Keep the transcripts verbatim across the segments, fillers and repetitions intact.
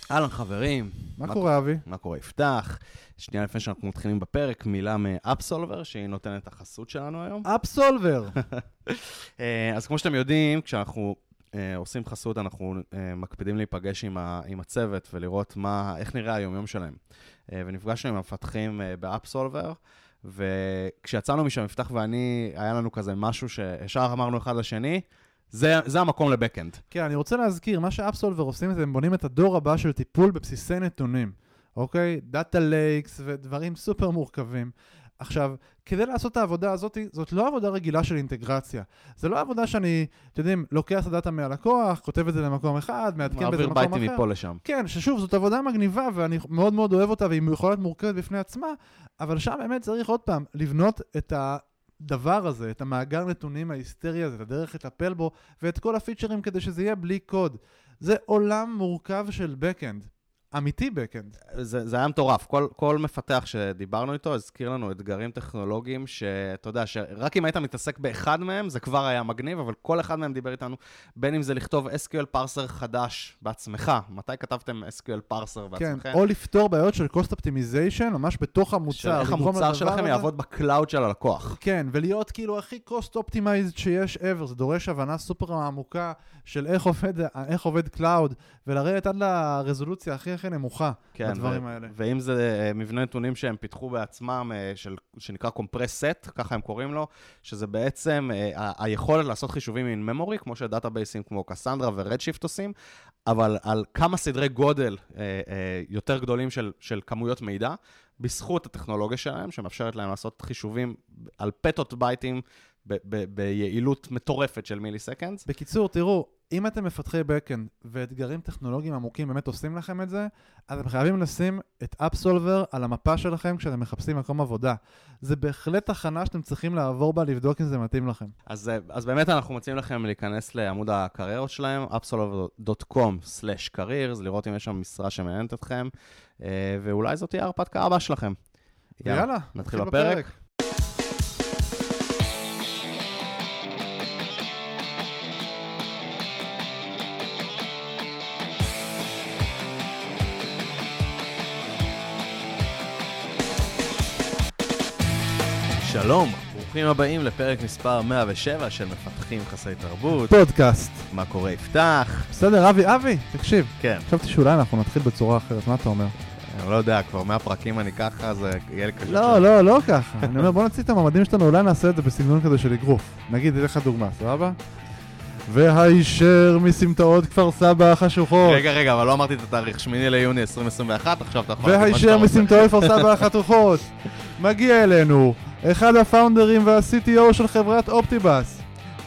אהלן חברים. מה קורה אבי? מה קורה יפתח? שנייה לפני שאנחנו מתחילים בפרק, מילה מאפסולבר שהיא נותנת החסות שלנו היום. אפסולבר. אז כמו שאתם יודעים, כשאנחנו עושים חסות, אנחנו מקפידים להיפגש עם, ה, עם הצוות ולראות מה, איך נראה היום יום שלהם. ונפגשנו עם המפתחים באפסולבר, וכשיצאנו משם, יפתח ואני, היה לנו כזה משהו שישר אמרנו אחד לשני, זה, זה המקום לבקאנד. כן, אני רוצה להזכיר, מה שאפסולבר עושים זה, הם בונים את הדור הבא של טיפול בבסיסי נתונים. אוקיי? דאטה לייקס ודברים סופר מורכבים. עכשיו, כדי לעשות את העבודה הזאת, זאת לא עבודה רגילה של אינטגרציה. זה לא עבודה שאני, אתם יודעים, לוקח את הדאטה מהלקוח, כותב את זה למקום אחד, מעדכן בזה למקום אחר. מעביר בייטים מפה לשם. כן, ששוב, זאת עבודה מגניבה, ואני מאוד מאוד אוהב אותה, והיא יכולה להיות מורכבת בפני עצמה, אבל שם באמת צריך עוד פעם, לבנות את הדבר הזה, את המאגר נתונים ההיסטרי הזה, את הדרך לטפל בו, ואת כל הפיצ'רים כדי שזה יהיה בלי קוד. זה עולם מורכב של בקאנד. אמיתי בקאנד. זה, זה היה מטורף. כל, כל מפתח שדיברנו איתו הזכיר לנו אתגרים טכנולוגיים שאתה יודע, שרק אם היית מתעסק באחד מהם, זה כבר היה מגניב, אבל כל אחד מהם דיבר איתנו, בין אם זה לכתוב אס קיו אל פארסר חדש בעצמך. מתי כתבתם אס קיו אל פארסר בעצמכם? כן, או לפתור בעיות של cost optimization, ממש בתוך המוצר. איך המוצר שלכם יעבוד בקלאוד של הלקוח. כן, ולהיות כאילו הכי cost optimized שיש ever. זה דורש הבנה סופר עמוקה של איך עובד, איך עובד קלאוד, ולרדת עד לרזולוציה הכי הכי נמוכה כן, בדברים ו- האלה. ואם זה מבנה נתונים שהם פיתחו בעצמם, של, שנקרא compress set, ככה הם קוראים לו, שזה בעצם ה- היכולת לעשות חישובים עם memory, כמו שדאטאבייסים כמו קסנדרה ורדשיפט עושים, אבל על כמה סדרי גודל אה, אה, יותר גדולים של, של כמויות מידע, בזכות הטכנולוגיה שלהם, שמאפשרת להם לעשות חישובים על פטות בייטים, ב- ב- ביעילות מטורפת של מילי סקנדס. בקיצור, תראו, אם אתם מפתחי בקאנד ואתגרים טכנולוגיים עמוקים באמת עושים לכם את זה, אז אתם חייבים לשים את אפסולבר על המפה שלכם כשאתם מחפשים מקום עבודה. זה בהחלט תחנה שאתם צריכים לעבור בה לבדוק אם זה מתאים לכם. אז, אז באמת אנחנו מציעים לכם להיכנס לעמוד הקריירות שלהם, אפסולבר דוט קום סלש קריירס, לראות אם יש שם משרה שמעניינת אתכם, ואולי זאת תהיה הרפתקה הבאה שלכם. יאללה, יאללה נתחיל בפרק. בפרק. שלום, ברוכים הבאים לפרק מספר מאה ושבע של מפתחים חסרי תרבות. פודקאסט. מה קורה יפתח? בסדר, אבי, אבי, תקשיב. כן. חשבתי שאולי אנחנו נתחיל בצורה אחרת, מה אתה אומר? אני לא יודע, כבר מהפרקים אני ככה, זה יהיה לי קשה. לא, לא, לא ככה. אני אומר, בוא נציג את המעמדים שלנו, אולי נעשה את זה בסגנון כזה של אגרוף. נגיד, תלך לך דוגמה, סבבה? והישר מסמטאות כפר סבא החשוכות. רגע, רגע, אבל לא אמרתי את התאריך, שמיני ליוני עשרים עשרים ואחת, עכשיו אתה יכול... והישר מסמטאות כפר סבא החשוכות. מגיע אלינו, אחד הפאונדרים וה-סי טי או של חברת אופטיבאס,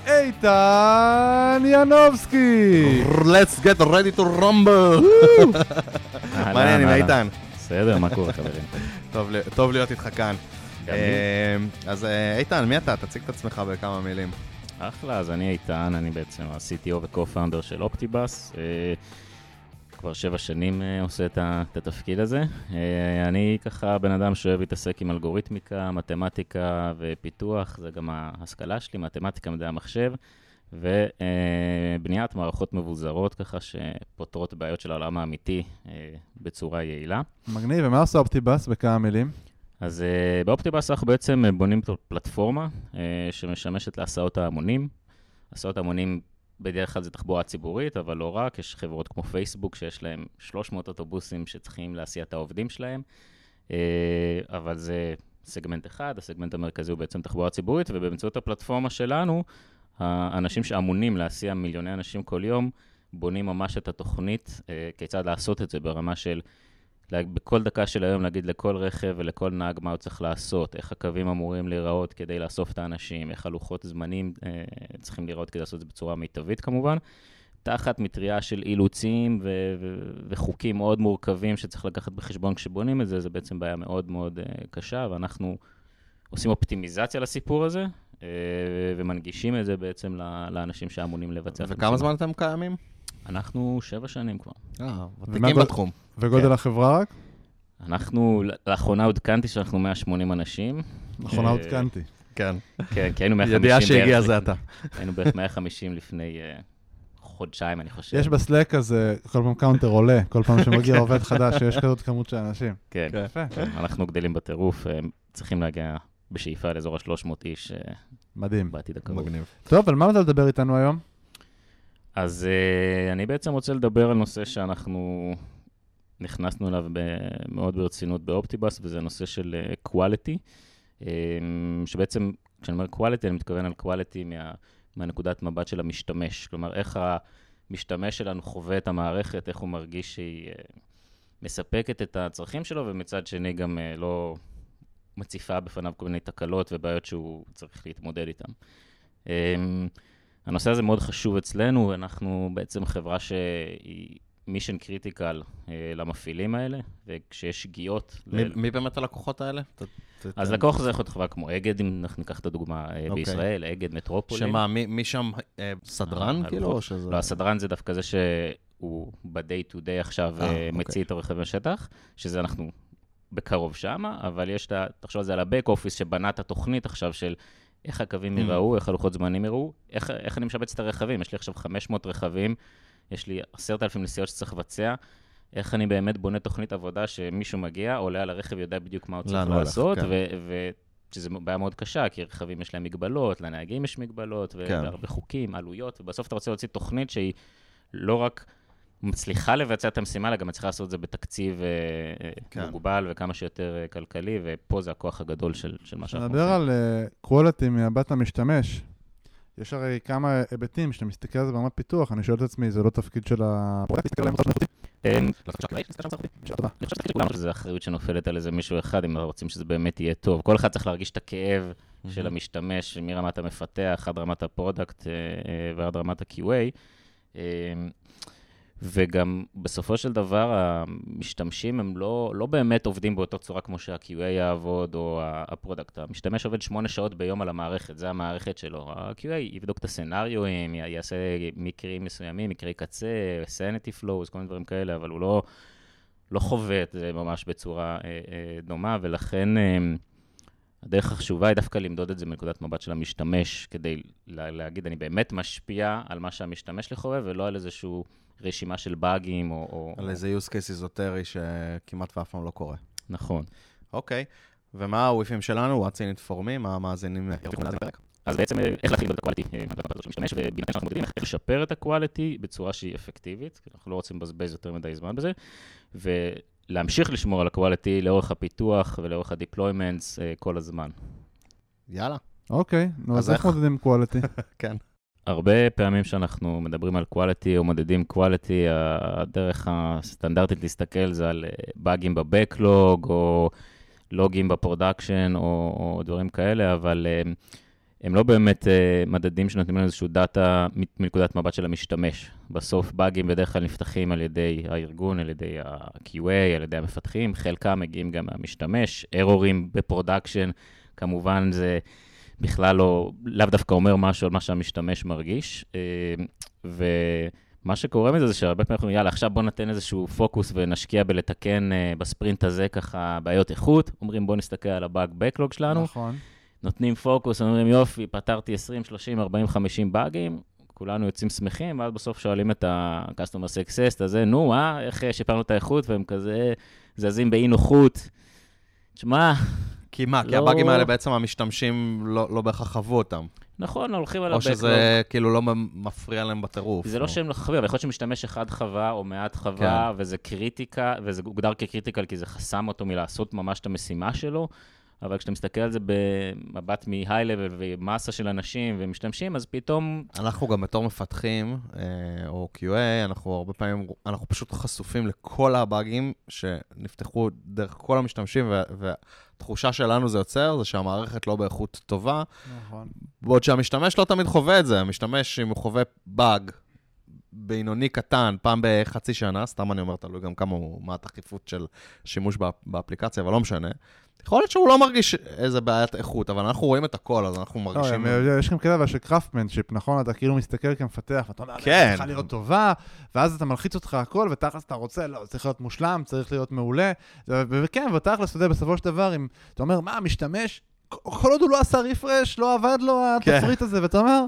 איתן ינובסקי. Let's get ready to rumble. מה העניינים, איתן? בסדר, מה קורה חברים? טוב להיות איתך כאן. אז איתן, מי אתה? תציג את עצמך בכמה מילים. אחלה, אז אני איתן, אני בעצם ה-סי טי או ו-co-founder של אופטיבאס. כבר שבע שנים עושה את התפקיד הזה. אני ככה בן אדם שאוהב להתעסק עם אלגוריתמיקה, מתמטיקה ופיתוח, זה גם ההשכלה שלי, מתמטיקה, מדעי המחשב, ובניית מערכות מבוזרות ככה שפותרות בעיות של העולם האמיתי בצורה יעילה. מגניב, ומה עושה אופטיבאס בכמה מילים? אז uh, באופטיבאס אנחנו בעצם בונים פלטפורמה uh, שמשמשת להסעות ההמונים. הסעות ההמונים בדרך כלל זה תחבורה ציבורית, אבל לא רק. יש חברות כמו פייסבוק שיש להם שלוש מאות אוטובוסים שצריכים להסיע את העובדים שלהם, uh, אבל זה סגמנט אחד, הסגמנט המרכזי הוא בעצם תחבורה ציבורית, ובאמצעות הפלטפורמה שלנו, האנשים שאמונים להסיע מיליוני אנשים כל יום, בונים ממש את התוכנית, uh, כיצד לעשות את זה ברמה של בכל דקה של היום להגיד לכל רכב ולכל נהג מה הוא צריך לעשות, איך הקווים אמורים להיראות כדי לאסוף את האנשים, איך הלוחות זמנים אה, צריכים להיראות כדי לעשות את זה בצורה מיטבית כמובן, תחת מטריה של אילוצים ו- ו- וחוקים מאוד מורכבים שצריך לקחת בחשבון כשבונים את זה, זה בעצם בעיה מאוד מאוד אה, קשה, ואנחנו עושים אופטימיזציה לסיפור הזה, אה, ומנגישים את זה בעצם לאנשים שאמונים לבצע. וכמה זמן אתם קיימים? אנחנו שבע שנים כבר. אה, ותיקים בתחום. וגודל החברה רק? אנחנו, לאחרונה עודכנתי שאנחנו מאה ושמונים אנשים. לאחרונה עודכנתי. כן. כן, כי היינו מאה וחמישים. ידיעה שהגיע זה אתה. היינו בערך מאה וחמישים לפני חודשיים, אני חושב. יש בסלק הזה, כל פעם קאונטר עולה, כל פעם שמגיע עובד חדש, שיש כזאת כמות של אנשים. כן, יפה. אנחנו גדלים בטירוף, צריכים להגיע בשאיפה לאזור ה-שלוש מאות איש. מדהים. בעתיד הקרוב. מגניב. טוב, על מה אתה לדבר איתנו היום? אז אני בעצם רוצה לדבר על נושא שאנחנו נכנסנו אליו מאוד ברצינות באופטיבאס, וזה נושא של quality, שבעצם, כשאני אומר quality, אני מתכוון על quality מה, מהנקודת מבט של המשתמש. כלומר, איך המשתמש שלנו חווה את המערכת, איך הוא מרגיש שהיא מספקת את הצרכים שלו, ומצד שני גם לא מציפה בפניו כל מיני תקלות ובעיות שהוא צריך להתמודד איתן. הנושא הזה מאוד חשוב אצלנו, אנחנו בעצם חברה שהיא מישן קריטיקל למפעילים האלה, וכשיש שגיאות... מי, ל... מי באמת הלקוחות האלה? ת, ת, אז ת... לקוח זה יכול להיות חברה כמו אגד, אם אנחנו ניקח את הדוגמה okay. בישראל, אגד, מטרופולין. שמה, מי, מי שם אה, סדרן אה, כאילו? או שזה... לא, הסדרן זה דווקא זה שהוא ב-day to day עכשיו אה, מציא okay. את הרכב בשטח, שזה אנחנו בקרוב שמה, אבל יש, תחשוב על זה על ה-back office שבנה את התוכנית עכשיו של איך הקווים יראו, איך הלוחות זמנים יראו, איך, איך אני משבץ את הרכבים. יש לי עכשיו חמש מאות רכבים, יש לי עשרת אלפים נסיעות שצריך לבצע, איך אני באמת בונה תוכנית עבודה שמישהו מגיע, עולה על הרכב, יודע בדיוק מה הוא צריך לעשות, ושזה בעיה מאוד קשה, כי רכבים יש להם מגבלות, לנהגים יש מגבלות, והרבה חוקים, עלויות, ובסוף אתה רוצה להוציא תוכנית שהיא לא רק מצליחה לבצע את המשימה, אלא גם מצליחה לעשות את זה בתקציב מוגבל וכמה שיותר כלכלי, ופה זה הכוח הגדול של מה שאנחנו עושים. נדבר על quality מהבט המשתמש. יש הרי כמה היבטים שאתה מסתכל על זה ברמת פיתוח, אני שואל את עצמי, זה לא תפקיד של הפרויקט, מסתכל עליהם אותם אני חושב שזו אחריות שנופלת על איזה מישהו אחד, אם רוצים שזה באמת יהיה טוב. כל אחד צריך להרגיש את הכאב של המשתמש, מרמת המפתח, עד רמת הפרודקט ועד רמת ה-קיו איי. וגם בסופו של דבר, המשתמשים הם לא, לא באמת עובדים באותו צורה כמו שה-קיו איי יעבוד או הפרודקט. המשתמש עובד שמונה שעות ביום על המערכת, זה המערכת שלו. ה-קיו איי יבדוק את הסנריואים, יעשה מקרים מסוימים, מקרי קצה, sanity flows, כל מיני דברים כאלה, אבל הוא לא, לא חווה את זה ממש בצורה אה, אה, דומה, ולכן אה, הדרך החשובה היא דווקא למדוד את זה מנקודת מבט של המשתמש, כדי לה, להגיד, אני באמת משפיע על מה שהמשתמש לחווה, ולא על איזשהו רשימה של באגים או... על איזה use case איזוטרי שכמעט ואף פעם לא קורה. נכון. אוקיי. ומה הוויפים שלנו? What's in it for me? מה המאזינים ירוויחו לזה בפרק? אז בעצם איך להתחיל את הקואליטי מהדבר של משתמש, ובינתיים שאנחנו מודדים איך לשפר את הקואליטי בצורה שהיא אפקטיבית, אנחנו לא רוצים לבזבז יותר מדי זמן בזה, ולהמשיך לשמור על הקואליטי לאורך הפיתוח ולאורך הדיפלוימנטס כל הזמן. יאללה. אוקיי, אז איך מודדים קואליטי? כן. הרבה פעמים שאנחנו מדברים על quality או מודדים quality, הדרך הסטנדרטית להסתכל זה על באגים בבקלוג או לוגים בפרודקשן או, או דברים כאלה, אבל הם לא באמת מדדים שנותנים לנו איזשהו דאטה מנקודת מבט של המשתמש. בסוף באגים בדרך כלל נפתחים על ידי הארגון, על ידי ה-קיו איי, על ידי המפתחים, חלקם מגיעים גם מהמשתמש, ארורים בפרודקשן, כמובן זה... בכלל לא, לאו דווקא אומר משהו על מה שהמשתמש מרגיש, ומה שקורה מזה זה שהרבה פעמים, יאללה, עכשיו בוא נתן איזשהו פוקוס ונשקיע בלתקן בספרינט הזה ככה בעיות איכות, אומרים בוא נסתכל על הבאג בקלוג שלנו, נכון. נותנים פוקוס, אומרים יופי, פתרתי עשרים, שלושים, ארבעים, חמישים באגים, כולנו יוצאים שמחים, ואז בסוף שואלים את ה-Customer Success הזה, נו, אה, איך שיפרנו את האיכות, והם כזה זזים באי נוחות, תשמע, כי מה? כי הבאגים האלה בעצם המשתמשים לא בהכרח חוו אותם. נכון, הולכים על הבקלוג. או שזה כאילו לא מפריע להם בטירוף. זה לא שהם לא חווה, אבל יכול להיות שמשתמש אחד חווה או מעט חווה, וזה קריטיקה, וזה הוגדר כקריטיקל, כי זה חסם אותו מלעשות ממש את המשימה שלו, אבל כשאתה מסתכל על זה במבט מ-high-level ומסה של אנשים ומשתמשים, אז פתאום... אנחנו גם בתור מפתחים, או קיו איי, אנחנו הרבה פעמים, אנחנו פשוט חשופים לכל הבאגים שנפתחו דרך כל המשתמשים, והתחושה שלנו זה יוצר, זה שהמערכת לא באיכות טובה. נכון. בעוד שהמשתמש לא תמיד חווה את זה, המשתמש אם הוא חווה באג, בינוני קטן, פעם בחצי שנה, סתם אני אומר, תלוי גם כמה, מה התחליפות של שימוש באפליקציה, אבל לא משנה. יכול להיות שהוא לא מרגיש איזה בעיית איכות, אבל אנחנו רואים את הכל, אז אנחנו מרגישים... יש גם כדבר של קראפטמנשיפ, נכון? אתה כאילו מסתכל כמפתח, ואתה אומר, כן. צריכה להיות טובה, ואז אתה מלחיץ אותך הכל, ותכלס אתה רוצה, לא, צריך להיות מושלם, צריך להיות מעולה, וכן, ותכלס, אתה יודע, בסופו של דבר, אם אתה אומר, מה, משתמש, כל עוד הוא לא עשה ריפרש, לא עבד לו התפריט הזה, ואתה אומר,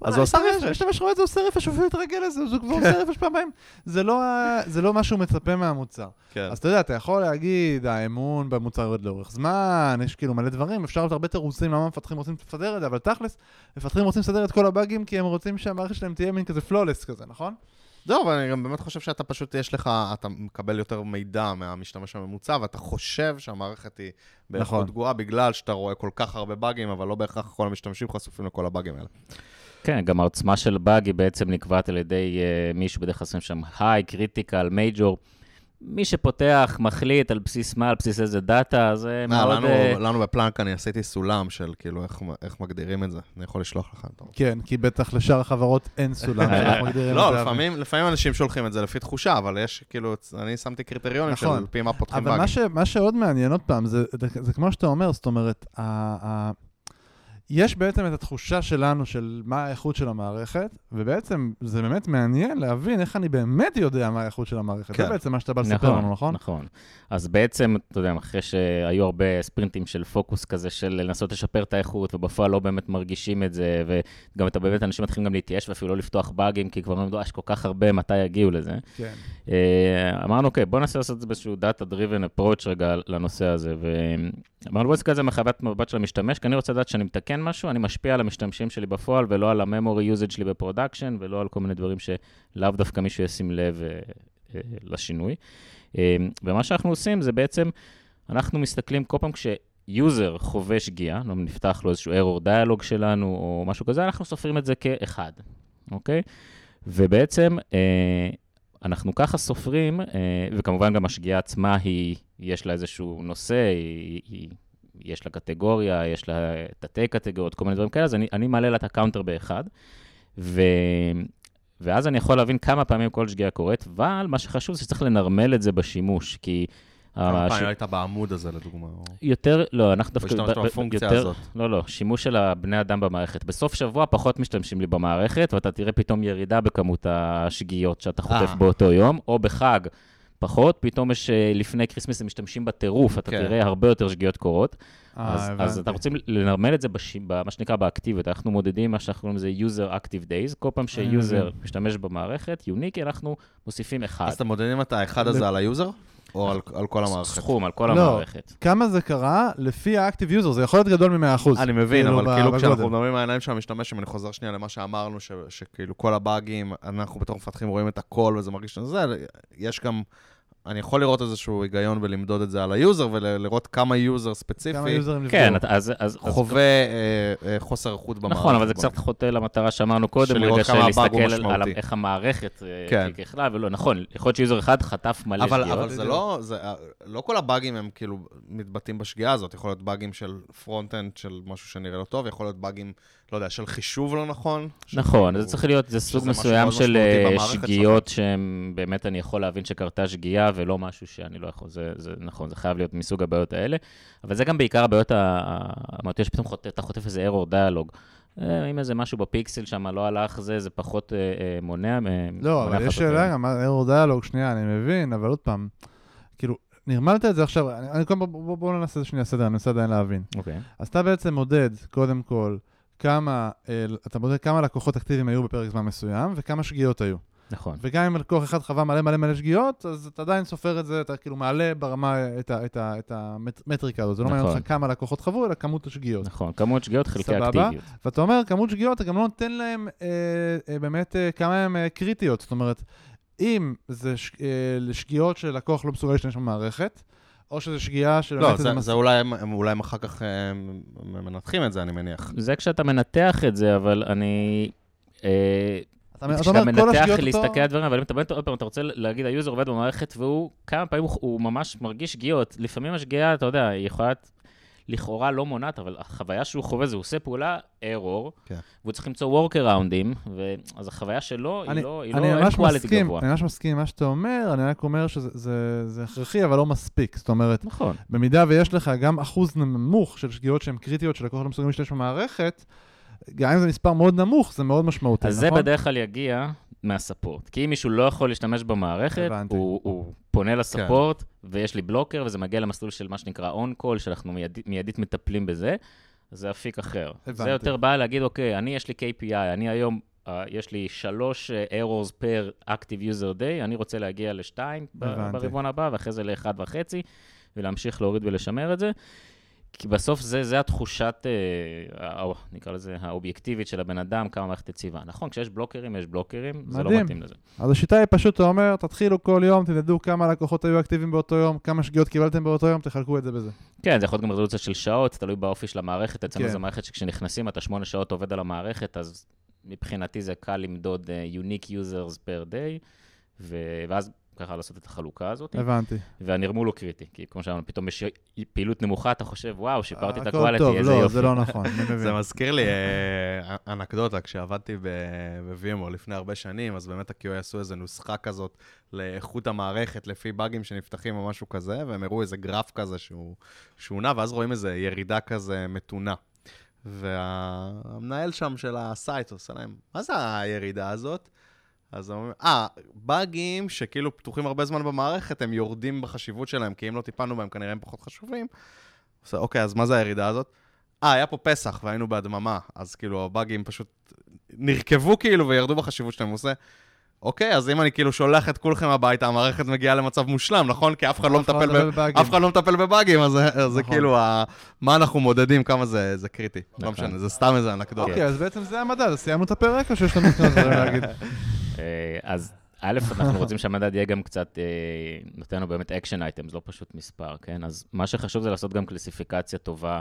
אז הוא עושה רפרש. משתמש רואה את זה, עושה רפרש, הוא אפילו מתרגל לזה, הוא כבר עושה רפרש פעמיים. זה לא מה שהוא מצפה מהמוצר. אז אתה יודע, אתה יכול להגיד, האמון במוצר יורד לאורך זמן, יש כאילו מלא דברים, אפשר להיות הרבה תירוצים למה מפתחים רוצים לסדר את זה, אבל תכלס, מפתחים רוצים לסדר את כל הבאגים, כי הם רוצים שהמערכת שלהם תהיה מין כזה פלולס כזה, נכון? זהו, אבל אני גם באמת חושב שאתה פשוט, יש לך, אתה מקבל יותר מידע מהמשתמש הממוצע, ואתה חושב שהמערכת היא באיכות גרועה, בגלל שאתה רואה כל כך הרבה באגים, אבל לא בהכרח כל המשתמשים חשופים לכל הבאגים האלה. כן, גם העוצמה של באג היא בעצם נקבעת על ידי uh, מישהו בדרך כלל שם היי, קריטיקל, מייג'ור. מי שפותח, מחליט על בסיס מה, על בסיס איזה דאטה, זה מאוד... לנו בפלנק אני עשיתי סולם של כאילו איך מגדירים את זה. אני יכול לשלוח לך. כן, כי בטח לשאר החברות אין סולם שאנחנו מגדירים את זה. לא, לפעמים אנשים שולחים את זה לפי תחושה, אבל יש כאילו, אני שמתי קריטריונים של פי מה פותחים באגים. אבל מה שעוד מעניין עוד פעם, זה כמו שאתה אומר, זאת אומרת, יש בעצם את התחושה שלנו של מה האיכות של המערכת, ובעצם זה באמת מעניין להבין איך אני באמת יודע מה האיכות של המערכת. זה בעצם מה שאתה בא לספר לנו, נכון? נכון. אז בעצם, אתה יודע, אחרי שהיו הרבה ספרינטים של פוקוס כזה, של לנסות לשפר את האיכות, ובפועל לא באמת מרגישים את זה, וגם אתה באמת, אנשים מתחילים גם להתייאש, ואפילו לא לפתוח באגים, כי כבר אומרים, יש כל כך הרבה, מתי יגיעו לזה. כן. אמרנו, אוקיי, בוא ננסה לעשות את זה באיזשהו data-driven approach רגע לנושא הזה, ואמרנו, בוא נזכר את זה מחוות מבט של המשתמש, כי אני רוצה לדעת שאני מתקן משהו, אני משפיע על המשתמשים שלי בפועל, ולא על ה-memory usage שלי בפרודקשן, ולא על כל מיני דברים שלאו דווקא מישהו ישים לב לשינוי. ומה שאנחנו עושים זה בעצם, אנחנו מסתכלים כל פעם כשיוזר חווה שגיאה, לא נפתח לו איזשהו error dialog שלנו, או משהו כזה, אנחנו סופרים את זה כאחד, אוקיי? ובעצם, אנחנו ככה סופרים, וכמובן גם השגיאה עצמה היא, יש לה איזשהו נושא, היא, היא, יש לה קטגוריה, יש לה תתי קטגוריות, כל מיני דברים כאלה, אז אני, אני מעלה לה את הקאונטר באחד, ו, ואז אני יכול להבין כמה פעמים כל שגיאה קורית, אבל מה שחשוב זה שצריך לנרמל את זה בשימוש, כי... כמה פעמים הייתה בעמוד הזה, לדוגמה? יותר, לא, אנחנו דווקא... או השתמשת בפונקציה הזאת? לא, לא, שימוש של הבני אדם במערכת. בסוף שבוע פחות משתמשים לי במערכת, ואתה תראה פתאום ירידה בכמות השגיאות שאתה חוטף באותו יום, או בחג פחות, פתאום יש לפני קריסמס הם משתמשים בטירוף, אתה תראה הרבה יותר שגיאות קורות. אז אתה רוצים לנרמל את זה במה שנקרא באקטיביות. אנחנו מודדים מה שאנחנו קוראים לזה user active days. כל פעם שיוזר משתמש במערכת, יוניקי, אנחנו מוסיפים אחד. אז אתם מודדים את האחד הזה על היוזר? או על, על כל המערכת? סכום, על כל לא, המערכת. כמה זה קרה לפי האקטיב יוזר, זה יכול להיות גדול מ-מאה אחוז. אני מבין, כאילו אבל כאילו כשאנחנו מדברים מהעיניים של המשתמש, אם אני חוזר שנייה למה שאמרנו, ש, שכאילו כל הבאגים, אנחנו בתור מפתחים רואים את הכל, וזה מרגיש שזה, יש גם, אני יכול לראות איזשהו היגיון ולמדוד את זה על היוזר, ולראות כמה יוזר ספציפי, כמה יוזרים כן, אז, אז, חווה אז... אה, אה, חוסר איכות במערכת. נכון, אבל זה קצת חוטא למטרה שאמרנו קודם, רגע של להסתכל על איך המערכת כן. ככלל, ולא, נכון, יכול להיות שיוזר אחד חטף מלא אבל, שגיאות. אבל זה לא, זה, לא כל הבאגים הם כאילו מתבטאים בשגיאה הזאת, יכול להיות באגים של פרונט-אנד, של משהו שנראה לא טוב, יכול להיות באגים, לא יודע, של חישוב לא נכון. נכון, זה צריך להיות, זה סוג מסוים של שגיאות שהם באמת אני יכול להבין שקרתה שגיאה ולא משהו שאני לא יכול, זה, זה נכון, זה חייב להיות מסוג הבעיות האלה, אבל זה גם בעיקר הבעיות, אמרתי שפתאום אתה חוטף איזה error dialog, אם איזה משהו בפיקסל שם לא הלך זה, זה פחות מונע. לא, אבל יש שאלה גם, error dialog, שנייה, אני מבין, אבל עוד פעם, כאילו, נרמלת את זה עכשיו, אני קודם, בואו ננסה את זה שנייה סדר, אני מנסה עדיין להבין. אוקיי. אז אתה בעצם מודד, קודם כל, כמה, אתה מודד כמה לקוחות אקטיביים היו בפרק זמן מסוים, וכמה שגיאות היו. נכון. וגם אם לקוח אחד חווה מלא מלא מלא שגיאות, אז אתה עדיין סופר את זה, אתה כאילו מעלה ברמה את המטריקה הזאת. זה לא מעניין אותך כמה לקוחות חוו, אלא כמות השגיאות. נכון, כמות שגיאות חלקי אקטיביות. ואתה אומר, כמות שגיאות, אתה גם לא נותן להם באמת כמה הם קריטיות. זאת אומרת, אם זה שגיאות של לקוח לא מסוגל להשתמש במערכת, או שזה שגיאה של... לא, זה, זה אולי, אולי הם אחר כך מנתחים את זה, אני מניח. זה כשאתה מנתח את זה, אבל אני... כשאתה מנתח להסתכל על דברים, אבל אם אתה באמת עוד פעם, אתה רוצה להגיד, היוזר עובד במערכת, והוא כמה פעמים הוא ממש מרגיש שגיאות. לפעמים השגיאה, אתה יודע, היא יכולה לכאורה לא מונעת, אבל החוויה שהוא חווה זה, הוא עושה פעולה error, והוא צריך למצוא workaround'ים, אז החוויה שלו היא לא quality גבוה. אני ממש מסכים עם מה שאתה אומר, אני רק אומר שזה הכרחי, אבל לא מספיק. זאת אומרת, במידה ויש לך גם אחוז נמוך של שגיאות שהן קריטיות, שלקוח לא מסוגלים להשתמש במערכת, גם אם זה מספר מאוד נמוך, זה מאוד משמעותי, אז נכון? זה בדרך כלל יגיע מהספורט. כי אם מישהו לא יכול להשתמש במערכת, הוא, הוא פונה לספורט, כן. ויש לי בלוקר, וזה מגיע למסלול של מה שנקרא on-call, שאנחנו מייד, מיידית מטפלים בזה, זה אפיק אחר. הבנתי. זה יותר בא להגיד, אוקיי, אני יש לי K P I, אני היום, uh, יש לי שלוש uh, errors per active user day, אני רוצה להגיע לשתיים הבנתי. ברבעון הבא, ואחרי זה לאחד וחצי, ולהמשיך להוריד ולשמר את זה. כי בסוף זה, זה התחושת, אה, נקרא לזה, האובייקטיבית של הבן אדם, כמה מערכת יציבה. נכון, כשיש בלוקרים, יש בלוקרים, מדהים. זה לא מתאים לזה. אז השיטה היא פשוט, אתה אומר, תתחילו כל יום, תדעו כמה לקוחות היו אקטיביים באותו יום, כמה שגיאות קיבלתם באותו יום, תחלקו את זה בזה. כן, זה יכול להיות גם רזולוציה של שעות, תלוי באופי של המערכת. אצלנו כן. זו מערכת שכשנכנסים, אתה שמונה שעות עובד על המערכת, אז מבחינתי זה קל למדוד uh, unique users per day, ו- ואז ככה לעשות את החלוקה הזאת. הבנתי. והנרמול הוא קריטי, כי כמו שאמרנו, פתאום יש פעילות נמוכה, אתה חושב, וואו, שיפרתי את הכל הקואליטי, טוב, איזה לא, יופי. זה לא נכון, אני מבין. זה מזכיר לי אה, אנקדוטה, כשעבדתי ב-VMware לפני הרבה שנים, אז באמת ה-Q A עשו איזו נוסחה כזאת לאיכות המערכת, לפי באגים שנפתחים או משהו כזה, והם הראו איזה גרף כזה שהוא, שהוא נע, ואז רואים איזו ירידה כזה מתונה. והמנהל שם של הסייט עושה להם, מה זה הירידה הזאת? אז הם אומרים, אה, באגים שכאילו פתוחים הרבה זמן במערכת, הם יורדים בחשיבות שלהם, כי אם לא טיפלנו בהם, כנראה הם פחות חשובים. אז, אוקיי, אז מה זה הירידה הזאת? אה, היה פה פסח והיינו בהדממה, אז כאילו הבאגים פשוט נרכבו כאילו וירדו בחשיבות שלהם. הוא עושה, אוקיי, אז אם אני כאילו שולח את כולכם הביתה, המערכת מגיעה למצב מושלם, נכון? כי אף אחד לא מטפל ב- אף אחד לא מטפל בבאגים, אז זה כאילו מה אנחנו מודדים, כמה זה קריטי. לא משנה, זה סתם איזה אנקדוטה. אוקיי, אז בעצם זה המדד, אז סיימנו את הפרק או שיש לנו כמה דברים להגיד? אז א', אנחנו רוצים שהמדד יהיה גם קצת, נותן לנו באמת אקשן אייטמס, לא פשוט מספר, כן? אז מה שחשוב זה לעשות גם קלסיפיקציה טובה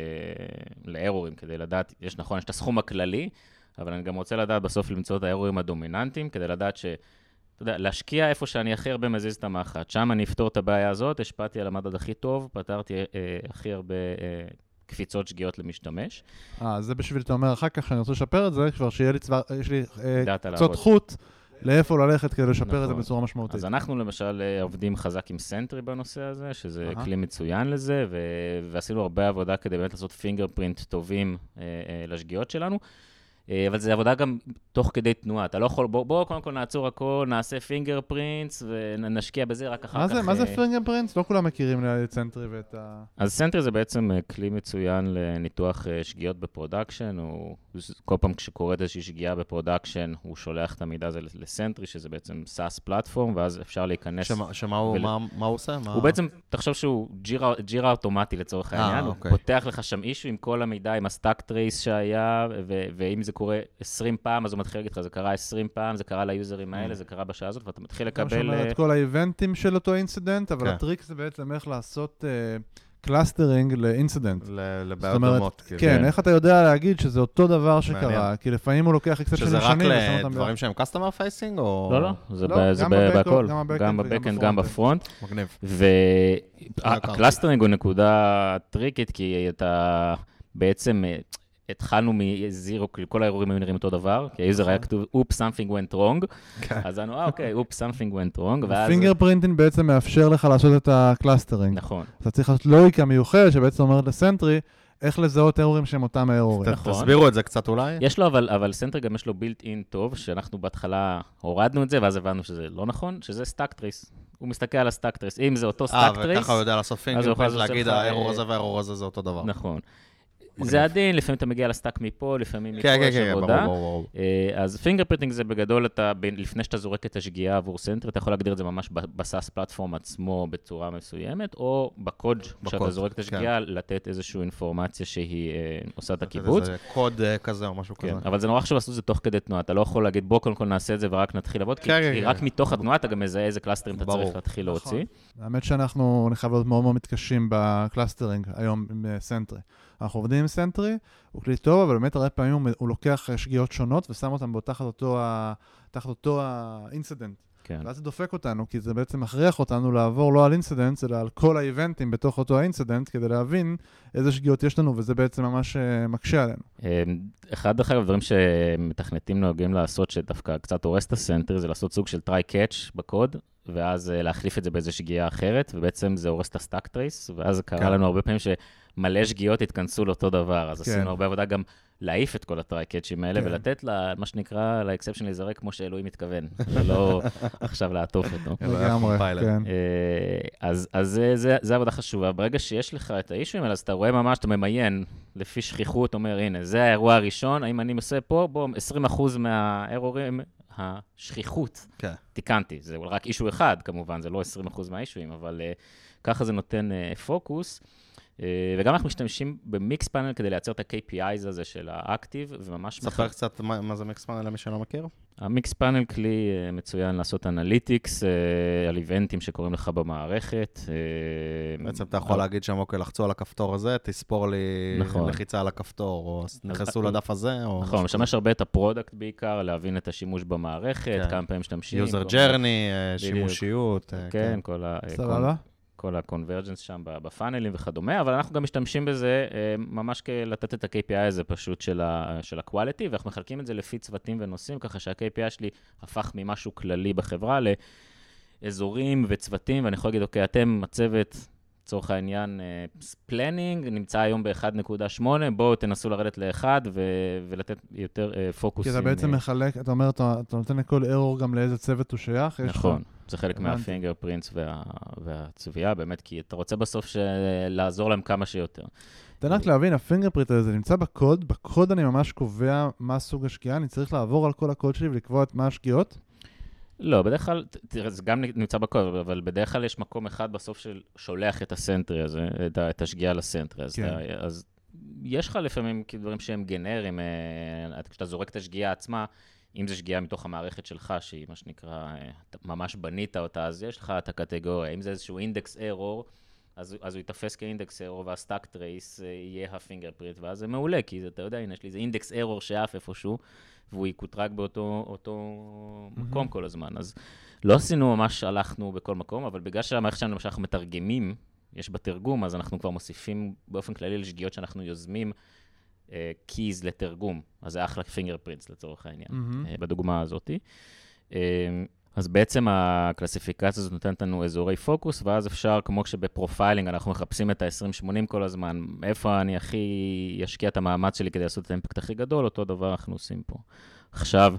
לארורים, כדי לדעת, יש נכון, יש את הסכום הכללי, אבל אני גם רוצה לדעת בסוף למצוא את הארורים הדומיננטיים, כדי לדעת ש, אתה יודע, להשקיע איפה שאני הכי הרבה מזיז את המחט. שם אני אפתור את הבעיה הזאת, השפעתי על המדד הכי טוב, פתרתי הכי הרבה קפיצות שגיאות למשתמש. אה, זה בשביל, אתה אומר, אחר כך שאני רוצה לשפר את זה, כבר שיהיה לי צוואר, יש לי דאטה קצות לעבוד. חוט, לאיפה ללכת כדי לשפר את זה נכון. בצורה משמעותית. אז אנחנו למשל עובדים חזק עם סנטרי בנושא הזה, שזה אהה. כלי מצוין לזה, ו... ועשינו הרבה עבודה כדי באמת לעשות פינגרפרינט טובים אה, אה, לשגיאות שלנו. אה, אבל זו עבודה גם תוך כדי תנועה. אתה לא יכול, בוא, בוא קודם כל נעצור הכל, נעשה פינגרפרינטס ונשקיע בזה רק אחר מה כך. זה, מה זה אה, פינגרפרינטס? לא כולם מכירים את סנטרי ואת ה... אז סנטרי זה בעצם אה, כלי מצוין לניתוח אה, שגיאות בפרודקשן. הוא, כל פעם כשקורית איזושהי שגיאה בפרודקשן, הוא שולח את המידע הזה לסנטרי, שזה בעצם סאס פלטפורם, ואז אפשר להיכנס... שמה, שמה הוא, ול- מה, מה הוא עושה? מה... הוא בעצם, תחשוב שהוא ג'ירה, ג'ירה אוטומטי לצורך אה, העניין, הוא אוקיי. פותח לך שם אישו עם כל המידע, עם הסטאק טרייס שהיה, ו- ואם זה קורה עשרים פעם, אז הוא מתחיל להגיד לך, זה קרה עשרים פעם, זה קרה ליוזרים האלה, זה קרה בשעה הזאת, ואתה מתחיל גם לקבל... שומר אה, את כל האיבנטים של אותו אינסידנט, אבל כן. הטריק זה בעצם איך לעשות קלאסטרינג לאינסידנט. ל- זאת לבעיות אומרת, דומות. כאילו. כן, כן. איך אתה יודע להגיד שזה אותו דבר שקרה, מעניין. כי לפעמים הוא לוקח אקספשנים שזה שנים רק ושם אותם לדברים שהם customer facing או... לא, לא, זה לא, ב- זה גם ב- בבק- בהכל, גם בבקאנד גם וגם בבקאנד, גם בפרונט. בפרונט, מגניב. והקלאסטרינג הוא נקודה טריקית, כי אתה בעצם... אה, התחלנו מזירו, כל האירורים היו נראים אותו דבר, כי היוזר היה כתוב, Oops, something went wrong, אז אני, אה, אוקיי, Oops, something went wrong, ואז... פינגר פרינטינג בעצם מאפשר לך לעשות את הקלאסטרינג. נכון. אתה צריך לעשות לוגיקה מיוחדת שבעצם אומרת לסנטרי, איך לזהות אירורים שהם אותם האירורים. ת- תסבירו את זה קצת אולי. יש לו, אבל, אבל סנטרי גם יש לו built in טוב, שאנחנו בהתחלה הורדנו את זה, ואז הבנו שזה לא נכון, שזה סטאק טרייס. הוא מסתכל על הסטאק טרייס. אם זה אותו אה, סטאק טרייס... וככה הוא יודע לעשות אז הוא יכול פינגרפרינט, לעשות להגיד לך, האירור אה, הזה והאירור הזה זה אותו דבר. נכון. מגניב. זה עדין, לפעמים אתה מגיע לסטאק מפה, לפעמים מפה כן, כן, יש כן, ברור, עבודה. ברור, ברור. אה, אז פינגרפרינטינג זה בגדול, אתה, ב- לפני שאתה זורק את השגיאה עבור סנטר, אתה יכול להגדיר את זה ממש בסאס פלטפורם עצמו בצורה מסוימת, או בקוד, כשאתה בקוד, זורק את השגיאה, לתת איזושהי אינפורמציה שהיא אה, עושה את לתת הקיבוץ. איזה קוד אה, כזה או משהו כן, כזה. אבל זה נורא חשוב לעשות את זה תוך כדי תנועה. אתה לא יכול להגיד, בוא קודם כל נעשה את זה ורק נתחיל לעבוד, כי כן, כן, כי כן. רק מתוך התנועה אתה גם מזהה איזה קלאסטרים אתה ברור. צריך להתחיל להוציא. האמת שאנחנו נחייב להיות מאוד מאוד מתקשים בקלאסטרינג היום עם אה, סנטרי. אנחנו עובדים עם סנטרי, הוא כלי טוב, אבל באמת הרבה פעמים הוא- הוא לוקח אה, שגיאות שונות ושם אותן בו תחת אותו ה- תחת אותו האינסידנט. כן. ואז זה דופק אותנו, כי זה בעצם מכריח אותנו לעבור לא על אינסידנט, אלא על כל האיבנטים בתוך אותו האינסידנט, כדי להבין איזה שגיאות יש לנו, וזה בעצם ממש אה, מקשה עלינו. אה, אחד אחר הדברים שמתכנתים נוהגים לעשות, שדווקא קצת הורס את הסנטר, זה לעשות סוג של try catch בקוד, ואז להחליף את זה באיזו שגיאה אחרת, ובעצם זה הורס את הסטאק טרייס, ואז קרה לנו הרבה פעמים שמלא שגיאות התכנסו לאותו דבר, אז עשינו הרבה עבודה גם להעיף את כל הטריי-קאצ'ים האלה, ולתת לה, מה שנקרא, לאקספשן להיזרק כמו שאלוהים מתכוון, ולא עכשיו לעטוף אותו. לגמרי, כן. אז זה עבודה חשובה. ברגע שיש לך את האישויים האלה, אז אתה רואה ממש, אתה ממיין לפי שכיחות, אומר, הנה, זה האירוע הראשון, האם אני עושה פה, בוא, עשרים אחוז מהאירורים, השכיחות, תיקנתי. זה רק אישו אחד, כמובן, זה לא עשרים אחוז מהאישויים, אבל ככה זה נותן פוקוס. וגם אנחנו משתמשים במיקס פאנל כדי לייצר את ה-קיי פי איז הזה של האקטיב, וממש... ספר קצת מה זה מיקס פאנל למי שלא מכיר? המיקס פאנל כלי מצוין לעשות אנליטיקס על איבנטים שקוראים לך במערכת. בעצם אתה יכול להגיד שם, אוקיי, לחצו על הכפתור הזה, תספור לי לחיצה על הכפתור, או נכנסו לדף הזה, או... נכון, משמש הרבה את הפרודקט בעיקר, להבין את השימוש במערכת, כמה פעמים משתמשים. יוזר ג'רני, שימושיות. כן, כל ה... סבבה. כל ה-convergence שם בפאנלים וכדומה, אבל אנחנו גם משתמשים בזה ממש לתת את ה-קיי פי איי הזה פשוט של ה-quality, ואנחנו מחלקים את זה לפי צוותים ונושאים, ככה שה-קיי פי איי שלי הפך ממשהו כללי בחברה לאזורים וצוותים, ואני יכול להגיד, אוקיי, אתם, הצוות, לצורך העניין, פלנינג, נמצא היום ב-אחת נקודה שמונה, בואו תנסו לרדת ל-אחד ולתת יותר פוקוסים. כי אתה בעצם מחלק, אתה אומר, אתה נותן לכל error גם לאיזה צוות הוא שייך. נכון. זה חלק מהפינגר פרינטס והצביעה, באמת, כי אתה רוצה בסוף לעזור להם כמה שיותר. תן רק להבין, הפינגר פרינט הזה נמצא בקוד, בקוד אני ממש קובע מה סוג השגיאה, אני צריך לעבור על כל הקוד שלי ולקבוע את מה השגיאות? לא, בדרך כלל, תראה, זה גם נמצא בקוד, אבל בדרך כלל יש מקום אחד בסוף ששולח את הסנטרי הזה, את השגיאה לסנטרי, אז יש לך לפעמים דברים שהם גנריים, כשאתה זורק את השגיאה עצמה, אם זה שגיאה מתוך המערכת שלך, שהיא מה שנקרא, ממש בנית אותה, אז יש לך את הקטגוריה. אם זה איזשהו אינדקס ארור, אז, אז הוא יתפס כאינדקס ארור, והסטאק טרייס יהיה הפינגר פרינט, ואז זה מעולה, כי זה, אתה יודע, הנה, יש לי איזה אינדקס ארור שאף איפשהו, והוא יקוטרק באותו אותו mm-hmm. מקום כל הזמן. אז לא עשינו ממש הלכנו בכל מקום, אבל בגלל שהמערכת שלנו, למשל, אנחנו מתרגמים, יש בתרגום, אז אנחנו כבר מוסיפים באופן כללי לשגיאות שאנחנו יוזמים, קיז לתרגום, אז זה אחלה פינגר פרינטס לצורך העניין, mm-hmm. בדוגמה הזאת. אז בעצם הקלסיפיקציה הזאת נותנת לנו אזורי פוקוס, ואז אפשר, כמו שבפרופיילינג אנחנו מחפשים את ה-עשרים שמונים כל הזמן, איפה אני הכי ישקיע את המאמץ שלי כדי לעשות את האימפקט הכי גדול, אותו דבר אנחנו עושים פה. עכשיו,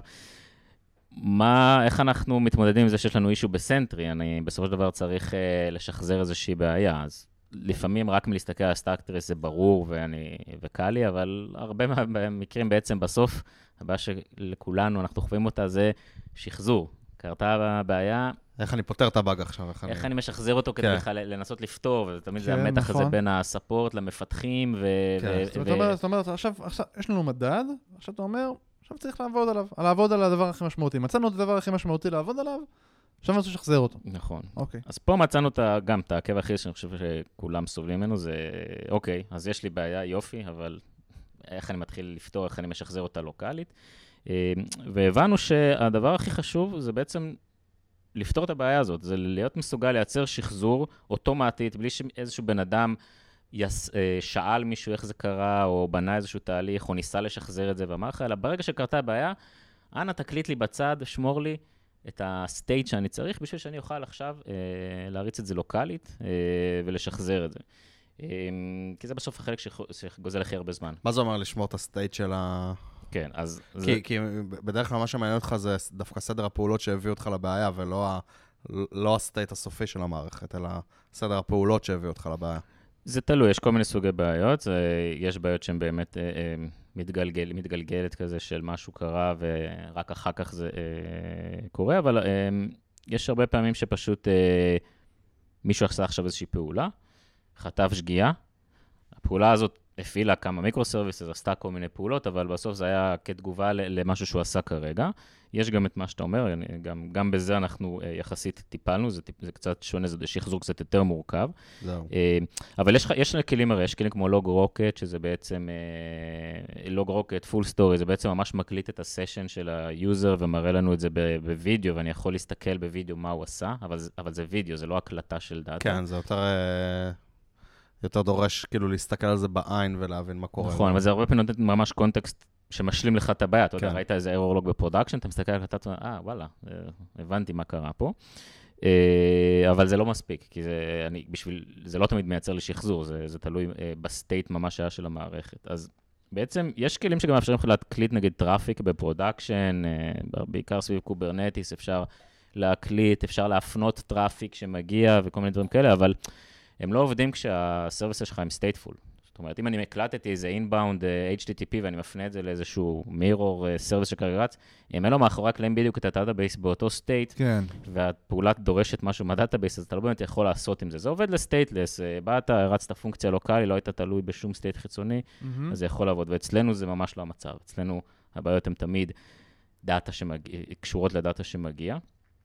מה, איך אנחנו מתמודדים עם זה שיש לנו אישו בסנטרי? אני בסופו של דבר צריך uh, לשחזר איזושהי בעיה, אז לפעמים רק מלהסתכל על הסטאקטרס זה ברור ואני, וקל לי, אבל הרבה מהמקרים בעצם בסוף, הבעיה שלכולנו, אנחנו חווים אותה, זה שחזור. קרתה בעיה. איך אני פותר את הבאג עכשיו? איך אני, איך אני משחזר אותו כדי כן. לנסות לפתור, ותמיד כן, זה המתח נכון. הזה בין הספורט למפתחים. ו... כן. ו... זאת אומרת, זאת אומרת עכשיו, עכשיו יש לנו מדד, עכשיו אתה אומר, עכשיו צריך לעבוד עליו, לעבוד על הדבר הכי משמעותי. מצאנו את הדבר הכי משמעותי לעבוד עליו, עכשיו אני רוצה לשחזר אותו. נכון. אוקיי. אז פה מצאנו את, גם את העקב הכי שאני חושב שכולם סובלים ממנו, זה אוקיי, אז יש לי בעיה, יופי, אבל איך אני מתחיל לפתור, איך אני משחזר אותה לוקלית. והבנו שהדבר הכי חשוב זה בעצם לפתור את הבעיה הזאת, זה להיות מסוגל לייצר שחזור אוטומטית, בלי שאיזשהו בן אדם יס, שאל מישהו איך זה קרה, או בנה איזשהו תהליך, או ניסה לשחזר את זה ואמר לך, אלא ברגע שקרתה הבעיה, אנא תקליט לי בצד, שמור לי את הסטייט שאני צריך, בשביל שאני אוכל עכשיו אה, להריץ את זה לוקלית אה, ולשחזר את זה. אה, כי זה בסוף החלק שגוזל הכי הרבה זמן. מה זה אומר לשמור את הסטייט של ה... כן, אז... כי, זה... כי בדרך כלל מה שמעניין אותך זה דווקא סדר הפעולות שהביאו אותך לבעיה, ולא ה... לא הסטייט הסופי של המערכת, אלא סדר הפעולות שהביאו אותך לבעיה. זה תלוי, יש כל מיני סוגי בעיות, זה, יש בעיות שהן באמת אה, אה, מתגלגל, מתגלגלת כזה של משהו קרה, ורק אחר כך זה אה, קורה, אבל אה, יש הרבה פעמים שפשוט אה, מישהו עשה עכשיו איזושהי פעולה, חטף שגיאה, הפעולה הזאת הפעילה כמה מיקרו-סרוויסס, עשתה כל מיני פעולות, אבל בסוף זה היה כתגובה למשהו שהוא עשה כרגע. יש גם את מה שאתה אומר, גם, גם בזה אנחנו יחסית טיפלנו, זה, זה קצת שונה, זה שחזור קצת יותר מורכב. זהו. אבל יש, יש כלים הרי, יש כלים כמו לוג רוקט, שזה בעצם, לוג רוקט, פול סטורי, זה בעצם ממש מקליט את הסשן של היוזר, ומראה לנו את זה בווידאו, ואני יכול להסתכל בווידאו מה הוא עשה, אבל, אבל זה וידאו, זה לא הקלטה של דאטה. כן, זה יותר... יותר דורש כאילו להסתכל על זה בעין ולהבין מה קורה. נכון, אבל זה הרבה פעמים נותן ממש קונטקסט שמשלים לך את הבעיה. אתה יודע, ראית איזה error log בפרודקשן, אתה מסתכל על הקלטה, אה, וואלה, הבנתי מה קרה פה. אבל זה לא מספיק, כי זה, אני, בשביל, זה לא תמיד מייצר לי שחזור, זה, זה תלוי בסטייט ממש היה של המערכת. אז בעצם יש כלים שגם מאפשרים לך להקליט נגיד טראפיק בפרודקשן, בעיקר סביב קוברנטיס, אפשר להקליט, אפשר להפנות טראפיק שמגיע וכל מיני דברים כאלה, אבל הם לא עובדים כשהסרוויס שלך הם stateful. זאת אומרת, אם אני מקלטתי איזה inbound H T T P ואני מפנה את זה לאיזשהו mirror סרוויס שכרגע רץ, אם אין לו מאחורי הקלעים בדיוק את הדאטאבייס באותו state, כן. והפעולה דורשת משהו מהדאטאבייס, אז אתה לא באמת יכול לעשות עם זה. זה עובד לסטייטלס, באת, הרצת פונקציה לוקאלי, לא היית תלוי בשום סטייט חיצוני, מהמם. אז זה יכול לעבוד. ואצלנו זה ממש לא המצב. אצלנו הבעיות הן תמיד דאטה שמגיע, קשורות לדאטה שמגיע.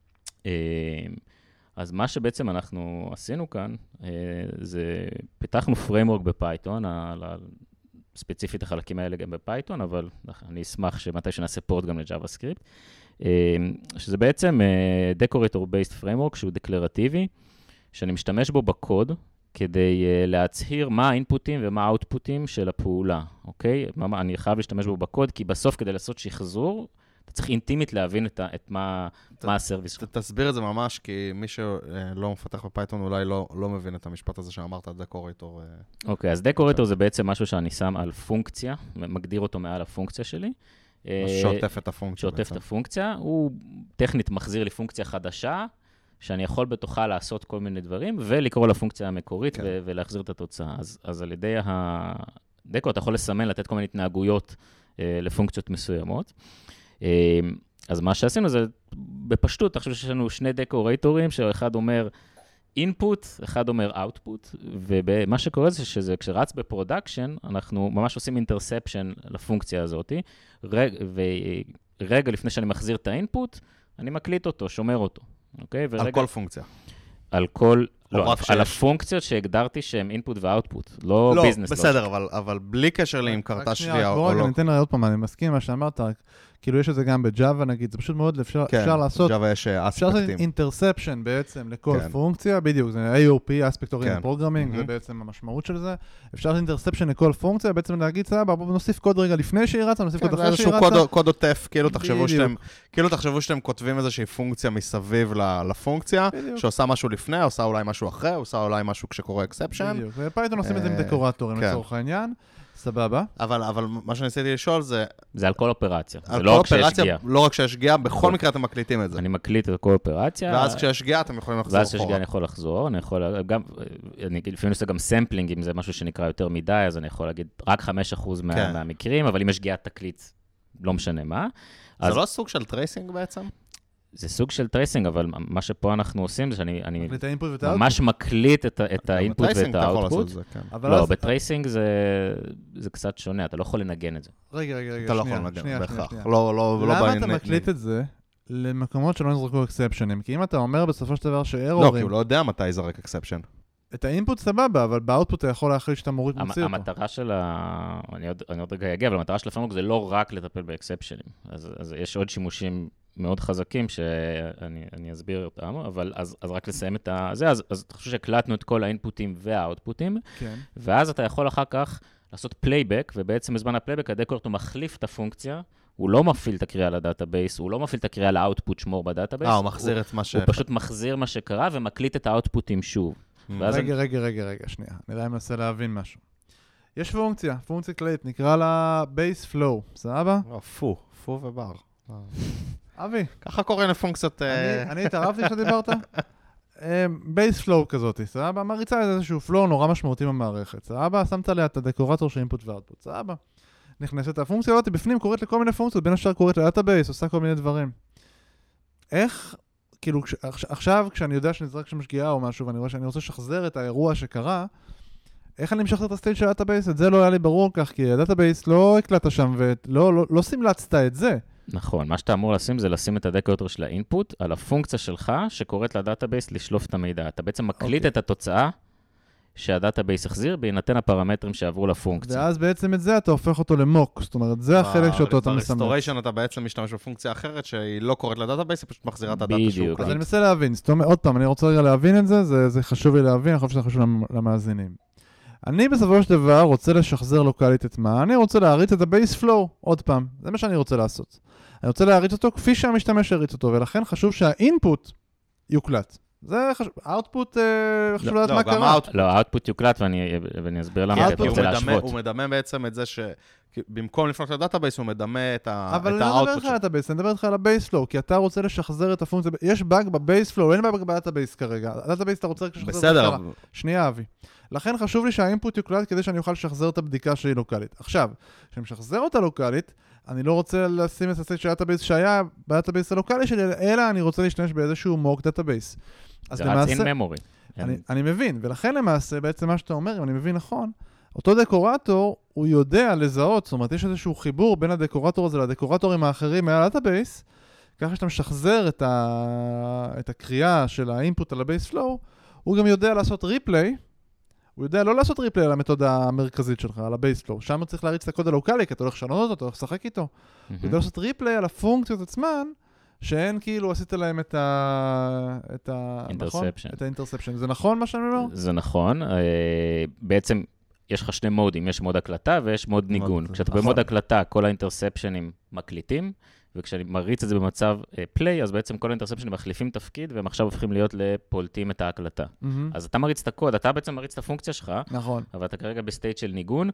אז מה שבעצם אנחנו עשינו כאן, זה פיתחנו framework בפייתון, ספציפית החלקים האלה גם בפייתון, אבל אני אשמח שמתי שנעשה פורט גם לג'אווה-סקריפט, שזה בעצם decorator-based framework שהוא דקלרטיבי, שאני משתמש בו בקוד, כדי להצהיר מה האינפוטים ומה האוטפוטים של הפעולה, אוקיי? אני חייב להשתמש בו בקוד, כי בסוף כדי לעשות שחזור, אתה צריך אינטימית להבין את, את מה, ת, מה הסרוויס. ת, תסביר את זה ממש, כי מי שלא מפתח בפייתון אולי לא, לא מבין את המשפט הזה שאמרת, דקורטור. אוקיי, אז דקורטור זה בעצם משהו שאני שם על פונקציה, מגדיר אותו מעל הפונקציה שלי. שוטף את הפונקציה. שוטף את הפונקציה, הוא טכנית מחזיר לי פונקציה חדשה, שאני יכול בתוכה לעשות כל מיני דברים, ולקרוא לפונקציה המקורית כן. ו- ולהחזיר את התוצאה. אז, אז על ידי הדקו אתה יכול לסמן, לתת כל מיני התנהגויות אה, לפונקציות מסוימות. אז מה שעשינו זה, בפשטות, עכשיו שיש לנו שני דקורטורים, שאחד אומר input, אחד אומר output, ומה שקורה זה שזה, כשרץ בפרודקשן, אנחנו ממש עושים interception לפונקציה הזאת, ורגע לפני שאני מחזיר את האינפוט, אני מקליט אותו, שומר אותו. אוקיי? על כל פונקציה. על כל... לא, על הפונקציות שהגדרתי שהן input ו-output, לא ביזנס. לא, בסדר, אבל בלי קשר לאם קרתה שגיאה או לא. בוא רגע, ניתן לה עוד פעם, אני מסכים עם מה שאמרת, כאילו יש את זה גם בג'אווה, נגיד, זה פשוט מאוד, אפשר לעשות... כן, בג'אווה יש אספקטים. אפשר לעשות אינטרספשן בעצם לכל פונקציה, בדיוק, זה A O P, אספקט אוריינטד פרוגרמינג, זה בעצם המשמעות של זה. אפשר לעשות אינטרספשן לכל פונקציה, בעצם להגיד, סבבה, בוא נוסיף קוד רגע לפני שהיא רצה, נוסיף קוד אחרי שהיא רצה. קוד עוטף, כאילו תחשבו שאתם כותבים איזושהי פונקציה מסביב לפונקציה, שעושה משהו לפני, עושה אולי משהו אחרי, עושה אולי משהו כשקורה אקספשן. בדיוק, ופייתון עושים את זה עם דקורטורים לצורך העניין. סבבה. אבל, אבל מה שאני ניסיתי לשאול זה... זה על כל אופרציה. על כל אופרציה, לא רק כשיש שגיאה, בכל מקרה אתם מקליטים את זה. אני מקליט את כל אופרציה. ואז כשיש שגיאה אתם יכולים לחזור אחורה. ואז כשיש שגיאה אני יכול לחזור, אני יכול גם, אני לפעמים עושה גם סמפלינג, אם זה משהו שנקרא יותר מדי, אז אני יכול להגיד רק חמישה אחוז מה, מהמקרים, אבל אם יש שגיאה תקליט, לא משנה מה. זה אז... לא סוג של טרייסינג בעצם? זה סוג של טרייסינג, אבל מה שפה אנחנו עושים זה שאני אני ממש מקליט את האינפוט ואת האוטפוט. לא, בטרייסינג זה קצת שונה, אתה לא יכול לנגן את זה. רגע, רגע, רגע, אתה לא יכול לנגן, בהכרח. למה אתה מקליט את זה למקומות שלא נזרקו אקספשנים? כי אם אתה אומר בסופו של דבר שאירורים... לא, כי הוא לא יודע מתי יזרק אקספשן. את האינפוט סבבה, אבל באוטפוט אתה יכול להחליט שאתה מוריד מוציא אותו. המטרה של ה... אני עוד רגע אגיע, אבל המטרה של הפרמורק זה לא רק לטפל באקספשנים. אז יש עוד שימושים מאוד חזקים שאני אסביר אותם, אבל אז, אז רק לסיים את זה, אז, אז אתה חושב שהקלטנו את כל האינפוטים והאוטפוטים, כן. ואז אתה יכול אחר כך לעשות פלייבק, ובעצם בזמן הפלייבק הדקורטור מחליף את הפונקציה, הוא לא מפעיל את הקריאה לדאטאבייס, הוא לא מפעיל את הקריאה לאוטפוט שמור בדאטאבייס. אה, הוא מחזיר את מה ש... הוא פשוט מחזיר מה שקרה ומקליט את האוטפוטים שוב. רגע, רגע, רגע, רגע, שנייה. נראה אם ננסה להבין משהו. יש פונקציה, פונקציה כללית, נקרא לה base flow, סבבה? פו, פו ובר. אבי. ככה קוראים לפונקציות... אני התערבתי שדיברת? בייס פלואו כזאת, סבבה? מריצה איזשהו פלואו נורא משמעותי במערכת, סבבה? שמת עליה את הדקורטור של אינפוט ואוטפוט, סבבה? נכנסת הפונקציה הזאת, בפנים קוראת לכל מיני פונקציות, בין השאר קוראת לדאטאבייס, עושה כל מיני דברים. איך, כאילו, עכשיו כשאני יודע שנזרק שם שגיאה או משהו, ואני רואה שאני רוצה לשחזר את האירוע שקרה, איך אני משחזר את הסטייט של הדאטאבייס? את זה לא היה לי ברור כך, כי הדאטאבייס לא הקלטת שם, ולא לא, לא סימלצת את זה. נכון, מה שאתה אמור לשים זה לשים את הדקורטור של האינפוט על הפונקציה שלך שקוראת לדאטאבייס לשלוף את המידע. אתה בעצם מקליט okay. את התוצאה שהדאטאבייס החזיר בהינתן הפרמטרים שעברו לפונקציה. ואז בעצם את זה אתה הופך אותו למוק, זאת אומרת, זה החלק שאותו אתה מסמך. ברסטוריישן אתה בעצם משתמש בפונקציה אחרת שהיא לא קוראת לדאטאבייס, היא פשוט מחזירה את הדאטה שהוא קלט. אז אני מנסה להבין, זאת אומרת, עוד פעם, אני רוצה רגע להבין את זה, זה, זה חשוב לי להבין, אני חושב שזה חשוב למאזינים. אני בסופו של דבר רוצה לשחזר לוקלית את מה, אני רוצה להריץ את הבייס פלואו, עוד פעם, זה מה שאני רוצה לעשות. אני רוצה להריץ אותו כפי שהמשתמש הריץ אותו, ולכן חשוב שהאינפוט יוקלט. זה חשוב, האוטפוט, חשוב לדעת מה גם קרה. האוטפוט- לא, האוטפוט יוקלט ואני אסביר למה, כי אתה כי הוא רוצה מדמה- להשוות. הוא מדמה בעצם את זה ש... כי במקום לפנות לדאטאבייס, הוא מדמה את ה- אבל את אני לא מדבר האוטפוט לך שלו. על הדאטאבייס, אני מדבר איתך על הבייס פלואו, כי אתה רוצה לשחזר את הפונקציה, יש באג בבייס פלואו, אין באג בדאטאבייס כרגע, הדאטאבייס אתה רוצה לשחזר את בסדר, ההתחלה. אבל- שנייה אבי. לכן חשוב לי שהאינפוט יוקלט כדי שאני אוכל לשחזר את הבדיקה שלי לוקלית. עכשיו, כשאני משחזר אותה לוקלית, אני לא רוצה לשים את הסט של הדאטאבייס שהיה בדאטאבייס הלוקלי שלי, אלא אני רוצה להשתמש באיזשהו מוק דאטאבייס. אז זה רץ למעשה, אין ממורי. אני, אני מבין, ולכן למעשה, בעצם מה שאתה אומר, אם אני מבין נכון, אותו דקורטור, הוא יודע לזהות, זאת אומרת, יש איזשהו חיבור בין הדקורטור הזה לדקורטורים האחרים מהדאטאבייס, ככה שאתה משחזר את, ה... את הקריאה של האינפוט על הבייס פלואו, הוא גם יודע לעשות ריפליי, הוא יודע לא לעשות ריפליי על המתודה המרכזית שלך, על הבייס פלואו, שם הוא צריך להריץ את הקוד הלוקלי, כי אתה הולך לשנות אותו, אתה הולך לשחק איתו. הוא יודע לעשות ריפליי על הפונקציות עצמן, שהן כאילו עשית להם את ה... את ה... נכון? Interception. את האינטרספשן. זה נכון מה שאני אומר? זה נכון. אה, בעצם יש לך שני מודים, יש מוד הקלטה ויש מוד ניגון. כשאתה נכון. במוד הקלטה, כל האינטרספשנים מקליטים, וכשאני מריץ את זה במצב פליי, אז בעצם כל האינטרספשנים מחליפים תפקיד, והם עכשיו הופכים להיות לפולטים את ההקלטה. מהמם. אז אתה מריץ את הקוד, אתה בעצם מריץ את הפונקציה שלך, נכון. אבל אתה כרגע בסטייט של ניגון,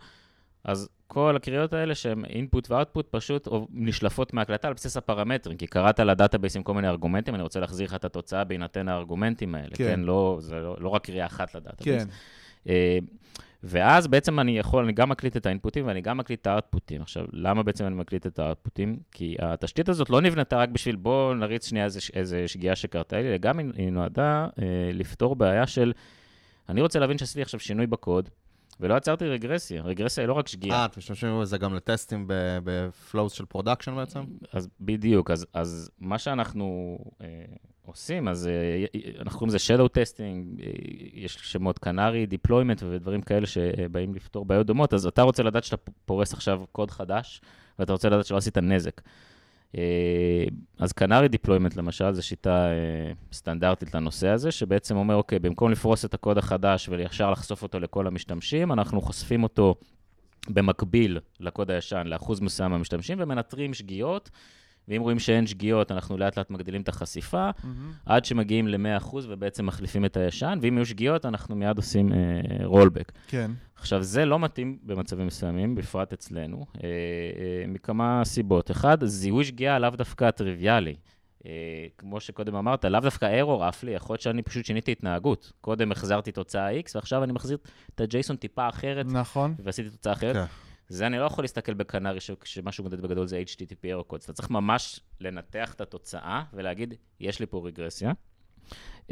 אז כל הקריאות האלה שהן אינפוט ואוטפוט פשוט נשלפות מההקלטה על בסיס הפרמטרים, כי קראת לדאטאבייס עם כל מיני ארגומנטים, אני רוצה להחזיר לך את התוצאה בהינתן הארגומנטים האלה, כן. כן? לא, זה לא, לא רק קריאה אחת לדאטאבייס. כן. אה, ואז בעצם אני יכול, אני גם מקליט את האינפוטים ואני גם מקליט את האוטפוטים. עכשיו, למה בעצם אני מקליט את האוטפוטים? כי התשתית הזאת לא נבנתה רק בשביל בוא נריץ שנייה איזה, איזה שגיאה שקרתה לי, אלא גם היא נועדה אה, לפתור בעיה של, אני רוצה להבין שעשיתי עכשיו שינוי בקוד, ולא עצרתי רגרסיה. רגרסיה היא לא רק שגיאה. אה, אתם משתמשים בזה גם לטסטים בפלואוס של פרודקשן בעצם? אז בדיוק, אז, אז מה שאנחנו אה, עושים, אז אה, אנחנו קוראים לזה shadow testing, אה, יש שמות קנרי, deployment ודברים כאלה שבאים לפתור בעיות דומות, אז אתה רוצה לדעת שאתה פורס עכשיו קוד חדש, ואתה רוצה לדעת שלא עשית נזק. אה, אז קנרי deployment למשל, זו שיטה אה, סטנדרטית לנושא הזה, שבעצם אומר, אוקיי, במקום לפרוס את הקוד החדש וישר לחשוף אותו לכל המשתמשים, אנחנו חושפים אותו במקביל לקוד הישן, לאחוז מסוים מהמשתמשים, ומנטרים שגיאות, ואם רואים שאין שגיאות, אנחנו לאט לאט מגדילים את החשיפה, עד שמגיעים ל-מאה אחוז ובעצם מחליפים את הישן, ואם יהיו שגיאות, אנחנו מיד עושים רולבק. כן. עכשיו, זה לא מתאים במצבים מסוימים, בפרט אצלנו, אה, אה, מכמה סיבות. אחד, זיהוי שגיאה לאו דווקא טריוויאלי. אה, כמו שקודם אמרת, לאו דווקא error עף לי, יכול להיות שאני פשוט שיניתי התנהגות. קודם החזרתי תוצאה X, ועכשיו אני מחזיר את הג'ייסון טיפה אחרת, נכון. ועשיתי תוצאה אחרת. כן. זה אני לא יכול להסתכל בקנרי שמשהו מודד בגדול זה אייץ' טי טי פי error codes. אתה צריך ממש לנתח את התוצאה ולהגיד, יש לי פה רגרסיה. Uh,